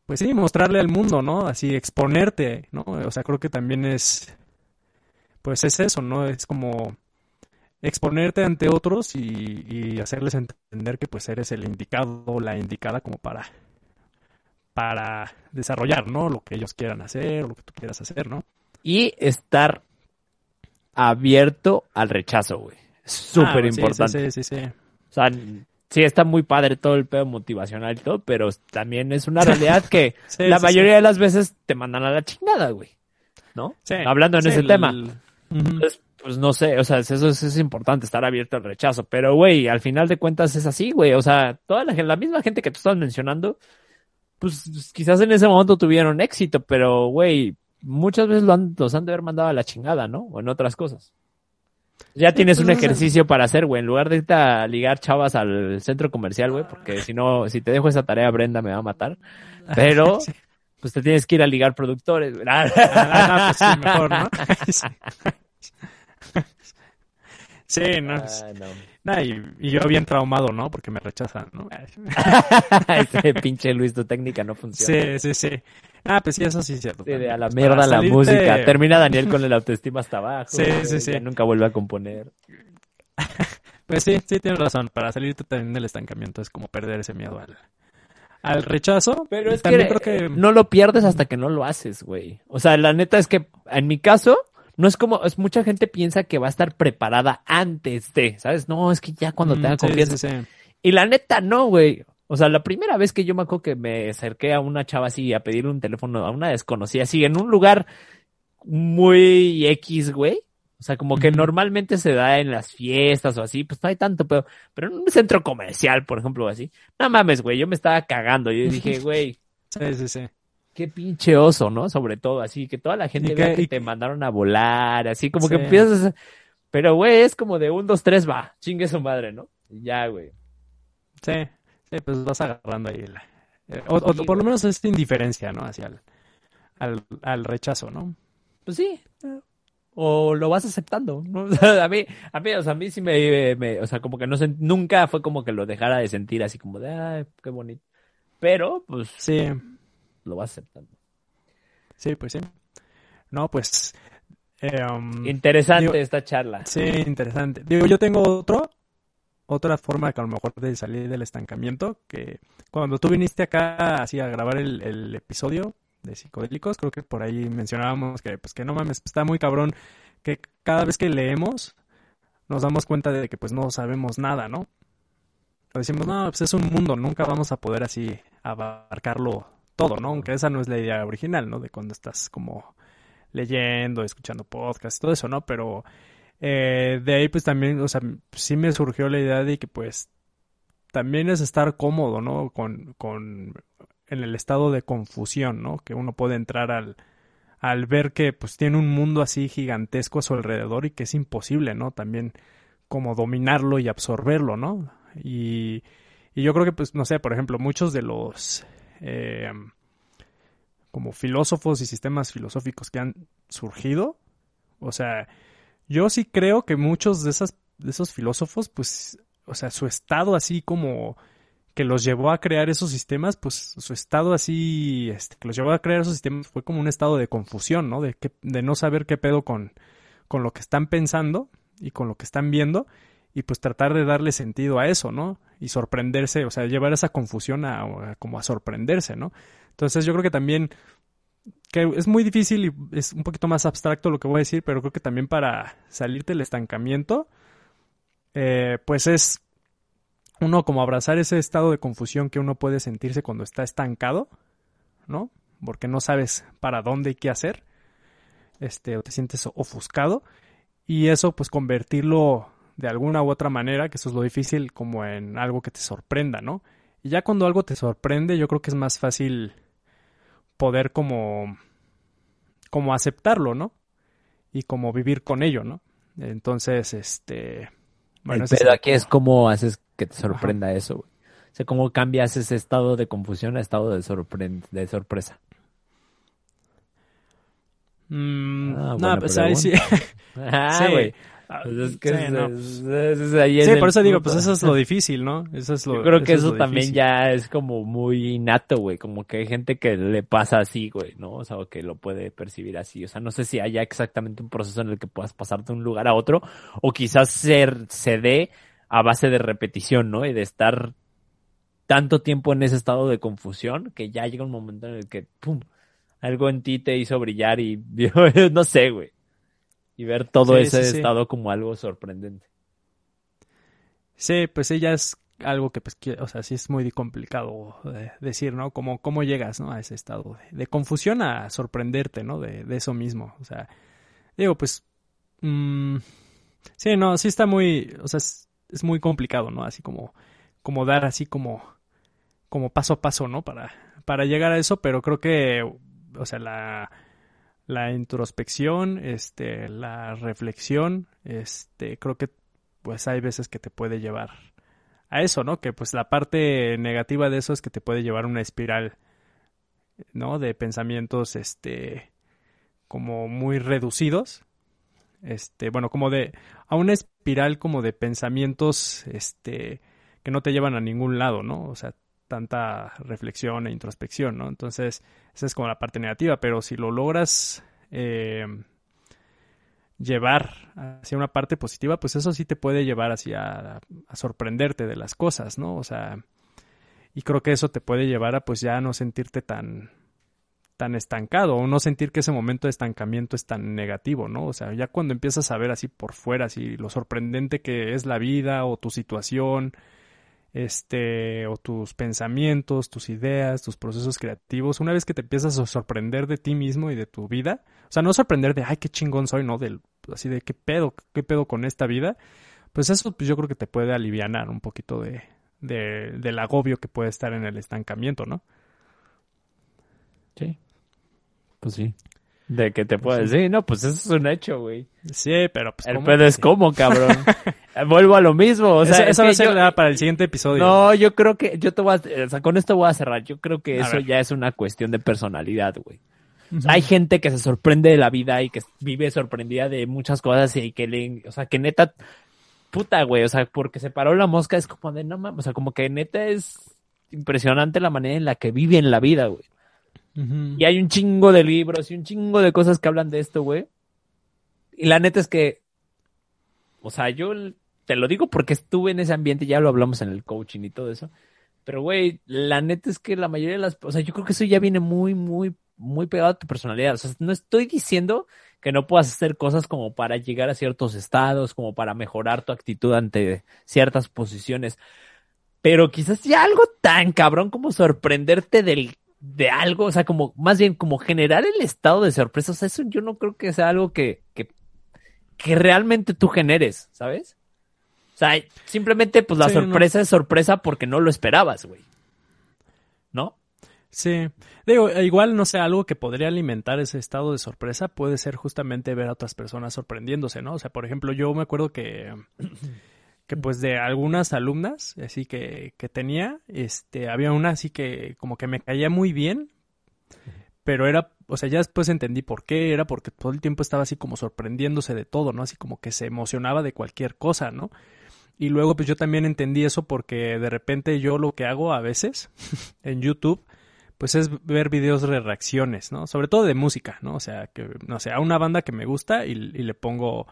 pues sí, mostrarle al mundo, ¿no? Así exponerte, ¿no? O sea, creo que también pues es eso, ¿no? Es como exponerte ante otros y hacerles entender que pues eres el indicado o la indicada como para desarrollar, ¿no? Lo que ellos quieran hacer, o lo que tú quieras hacer, ¿no? Y estar abierto al rechazo, güey. Súper importante. Sí. O sea, sí está muy padre todo el pedo motivacional y todo, pero también es una realidad que la mayoría de las veces te mandan a la chingada, güey. ¿No? Sí, hablando en ese tema. Entonces, pues no sé, o sea, eso es importante, estar abierto al rechazo. Pero, güey, al final de cuentas es así, güey. O sea, la misma gente que tú estás mencionando, pues quizás en ese momento tuvieron éxito, pero, güey, muchas veces los han de haber mandado a la chingada, ¿no? O en otras cosas. Ya tienes un ejercicio para hacer, güey. En lugar de irte a ligar chavas al centro comercial, güey, porque si no, si te dejo esa tarea, Brenda me va a matar. Pero, pues te tienes que ir a ligar productores, güey. pues sí, mejor, ¿no? Sí, no. No, y yo bien traumado, ¿no? Porque me rechazan, ¿no? Ese pinche Luis, tu técnica no funciona. Sí. Pues sí, eso sí es cierto. Sí, a la mierda la música. Termina Daniel con el autoestima hasta abajo. Sí. Ya nunca vuelve a componer. Pues sí, tienes razón. Para salirte también del estancamiento es como perder ese miedo al rechazo. Pero es que, creo que no lo pierdes hasta que no lo haces, güey. O sea, la neta es que en mi caso no es como, mucha gente piensa que va a estar preparada antes de, ¿sabes? No, es que ya cuando tenga confianza. Sí. Y la neta no, güey. O sea, la primera vez que yo me acuerdo que me acerqué a una chava así a pedir un teléfono, a una desconocida así, en un lugar muy X, güey. O sea, como que normalmente se da en las fiestas o así, pues no hay tanto, pero en un centro comercial, por ejemplo, así. No mames, güey, yo me estaba cagando. Yo dije, güey. Sí. Qué pinche oso, ¿no? Sobre todo, así que toda la gente vea que te mandaron a volar, así como que empiezas. Pero, güey, es como de 1, 2, 3, va, chingue su madre, ¿no? Ya, güey. Sí, pues vas agarrando ahí. O por lo menos es indiferencia, ¿no? Hacia al rechazo, ¿no? Pues sí. O lo vas aceptando, ¿no? O sea, a mí sí o sea, como que no sé, nunca fue como que lo dejara de sentir así como de, ay, qué bonito. Pero, pues. Sí. Lo vas aceptando. Sí, pues sí. No, pues. Interesante esta charla. Sí, interesante. Digo, yo tengo otra forma que a lo mejor de salir del estancamiento, que cuando tú viniste acá así a grabar el episodio de psicodélicos, creo que por ahí mencionábamos que pues que no mames, está muy cabrón que cada vez que leemos nos damos cuenta de que pues no sabemos nada, ¿no? O decimos, no, pues es un mundo, nunca vamos a poder así abarcarlo todo, ¿no? Aunque esa no es la idea original, ¿no? De cuando estás como leyendo, escuchando podcasts, todo eso, ¿no? Pero de ahí pues también, o sea, sí me surgió la idea de que pues también es estar cómodo, ¿no? En el estado de confusión, ¿no? Que uno puede entrar al ver que pues tiene un mundo así gigantesco a su alrededor y que es imposible, ¿no? También como dominarlo y absorberlo, ¿no? Y yo creo que pues, no sé, por ejemplo, muchos de los como filósofos y sistemas filosóficos que han surgido, o sea, yo sí creo que muchos de esos filósofos, pues, o sea, su estado así como que los llevó a crear esos sistemas, pues su estado así, que los llevó a crear esos sistemas fue como un estado de confusión, ¿no? De no saber qué pedo con lo que están pensando y con lo que están viendo, y pues tratar de darle sentido a eso, ¿no? Y sorprenderse, o sea, llevar esa confusión como a sorprenderse, ¿no? Entonces yo creo que también, que es muy difícil y es un poquito más abstracto lo que voy a decir, pero creo que también para salirte del estancamiento, pues es uno como abrazar ese estado de confusión que uno puede sentirse cuando está estancado, ¿no? Porque no sabes para dónde y qué hacer, o te sientes ofuscado, y eso pues convertirlo de alguna u otra manera, que eso es lo difícil, como en algo que te sorprenda, ¿no? Y ya cuando algo te sorprende, yo creo que es más fácil poder como aceptarlo, ¿no? Y como vivir con ello, ¿no? Entonces, bueno, pero aquí es cómo haces que te sorprenda eso, güey. O sea, cómo cambias ese estado de confusión a estado de sorpresa. No, pues ahí sí. Sí, güey. Pues es que Sí, no. ahí es Sí, el por eso digo, punto. pues eso es lo difícil, ¿no? Eso es lo Yo creo que eso es eso lo también difícil. ya es como muy innato, güey. Como que hay gente que le pasa así, güey, ¿no? O sea, o que lo puede percibir así. O sea, no sé si haya exactamente un proceso en el que puedas pasar de un lugar a otro. O quizás se dé a base de repetición, ¿no? Y de estar tanto tiempo en ese estado de confusión que ya llega un momento en el que, pum, algo en ti te hizo brillar y no sé, güey. Y ver todo Sí, sí, ese sí. estado como algo sorprendente. Sí, pues sí, ya es algo que, pues, o sea, sí es muy complicado decir, ¿no? Cómo llegas, ¿no? A ese estado de confusión a sorprenderte, ¿no? De eso mismo. O sea, digo, pues, mm, sí, no, sí está muy, o sea, es muy complicado, ¿no? Así como dar así como paso a paso, ¿no? Para llegar a eso, pero creo que, o sea, la introspección, la reflexión, creo que pues hay veces que te puede llevar a eso, ¿no? Que pues la parte negativa de eso es que te puede llevar a una espiral, ¿no? De pensamientos, como muy reducidos, bueno, como a una espiral como de pensamientos, que no te llevan a ningún lado, ¿no? O sea, tanta reflexión e introspección, ¿no? Entonces, esa es como la parte negativa, pero si lo logras llevar hacia una parte positiva, pues eso sí te puede llevar hacia a sorprenderte de las cosas, ¿no? O sea, y creo que eso te puede llevar a pues ya no sentirte tan estancado o no sentir que ese momento de estancamiento es tan negativo, ¿no? O sea, ya cuando empiezas a ver así por fuera, así lo sorprendente que es la vida o tu situación, o tus pensamientos, tus ideas, tus procesos creativos, una vez que te empiezas a sorprender de ti mismo y de tu vida, o sea, no sorprender de, ay, qué chingón soy, ¿no? Así de, qué pedo con esta vida, pues eso pues yo creo que te puede alivianar un poquito del agobio que puede estar en el estancamiento, ¿no? Sí, pues sí. ¿De qué te Pues puedo sí. decir? No, pues eso es un hecho, güey. Sí, pero pues El cómo, pedo pues es sí. cómo, cabrón. Vuelvo a lo mismo, o sea, es Eso va a que ser para el siguiente episodio. no, yo creo que yo te voy o sea, con esto voy a cerrar. Yo creo que A eso ver. ya es una cuestión de personalidad, güey. O sea, hay Ujú. gente que se sorprende de la vida y que vive sorprendida de muchas cosas y o sea, que neta, puta, güey, o sea, porque se paró la mosca es como de no mames, o sea, como que neta es impresionante la manera en la que viven la vida, güey. Ujú. Y hay un chingo de libros y un chingo de cosas que hablan de esto, güey. Y la neta es que, o sea, te lo digo porque estuve en ese ambiente, ya lo hablamos en el coaching y todo eso. Pero, güey, la neta es que la mayoría de o sea, yo creo que eso ya viene muy, muy, muy pegado a tu personalidad. O sea, no estoy diciendo que no puedas hacer cosas como para llegar a ciertos estados, como para mejorar tu actitud ante ciertas posiciones. Pero quizás ya algo tan cabrón como sorprenderte de algo, o sea, como, más bien como generar el estado de sorpresa. O sea, eso yo no creo que sea algo que realmente tú generes, ¿sabes? O sea, simplemente pues la Sí, no. sorpresa es sorpresa porque no lo esperabas, güey. ¿No? Sí. Digo, igual, no sé, algo que podría alimentar ese estado de sorpresa puede ser justamente ver a otras personas sorprendiéndose, ¿no? O sea, por ejemplo, yo me acuerdo que pues de algunas alumnas, así que tenía, había una así que como que me caía muy bien, pero era, o sea, ya después entendí por qué, era porque todo el tiempo estaba así como sorprendiéndose de todo, ¿no? Así como que se emocionaba de cualquier cosa, ¿no? Y luego pues yo también entendí eso porque de repente yo lo que hago a veces en YouTube pues es ver videos de reacciones, ¿no? Sobre todo de música, ¿no? O sea, que no sé, a una banda que me gusta y le pongo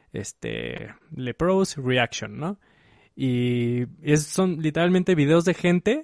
Leprous Reaction, ¿no? Y son literalmente videos de gente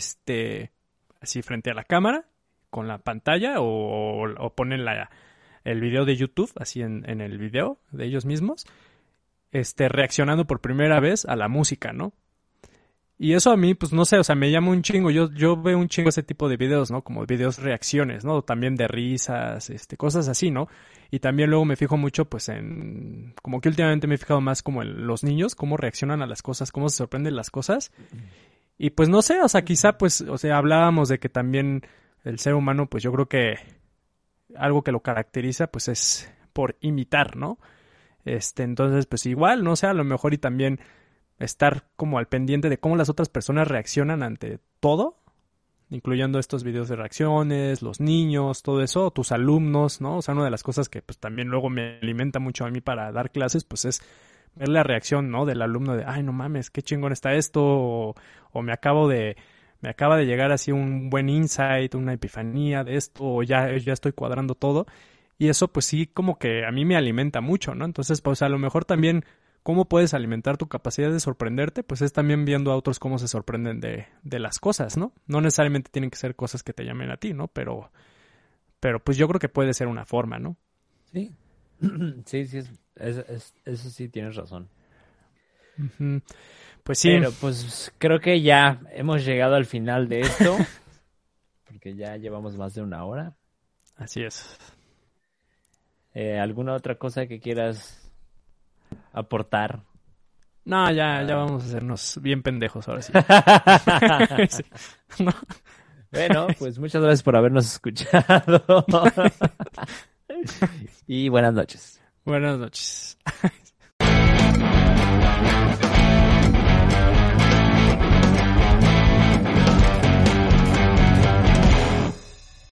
así frente a la cámara con la pantalla o ponen el video de YouTube así en el video de ellos mismos reaccionando por primera vez a la música, ¿no? Y eso a mí, pues no sé, o sea, me llama un chingo. Yo veo un chingo ese tipo de videos, ¿no? Como videos reacciones, ¿no? También de risas, cosas así, ¿no? Y también luego me fijo mucho, pues, como que últimamente me he fijado más como en los niños, cómo reaccionan a las cosas, cómo se sorprenden las cosas. Y pues no sé, o sea, quizá, pues, o sea, hablábamos de que también el ser humano, pues yo creo que algo que lo caracteriza, pues es por imitar, ¿no? Entonces, pues igual, no sé, a lo mejor y también estar como al pendiente de cómo las otras personas reaccionan ante todo, incluyendo estos videos de reacciones, los niños, todo eso, tus alumnos, ¿no? O sea, una de las cosas que pues también luego me alimenta mucho a mí para dar clases, pues es ver la reacción, ¿no? Del alumno de, ay, no mames, qué chingón está esto, o me acaba de llegar así un buen insight, una epifanía de esto, o ya estoy cuadrando todo, y eso pues sí como que a mí me alimenta mucho, ¿no? Entonces, pues a lo mejor también cómo puedes alimentar tu capacidad de sorprenderte, pues es también viendo a otros cómo se sorprenden de las cosas, ¿no? No necesariamente tienen que ser cosas que te llamen a ti, ¿no? Pero pues yo creo que puede ser una forma, ¿no? Sí. Sí, eso sí tienes razón. Uh-huh. Pues sí. Pero pues creo que ya hemos llegado al final de esto, porque ya llevamos más de 1 hora. Así es. ¿Alguna otra cosa que quieras aportar? No, ya vamos a hacernos bien pendejos ahora sí. Sí. ¿No? Bueno, pues muchas gracias por habernos escuchado. Y buenas noches. Buenas noches.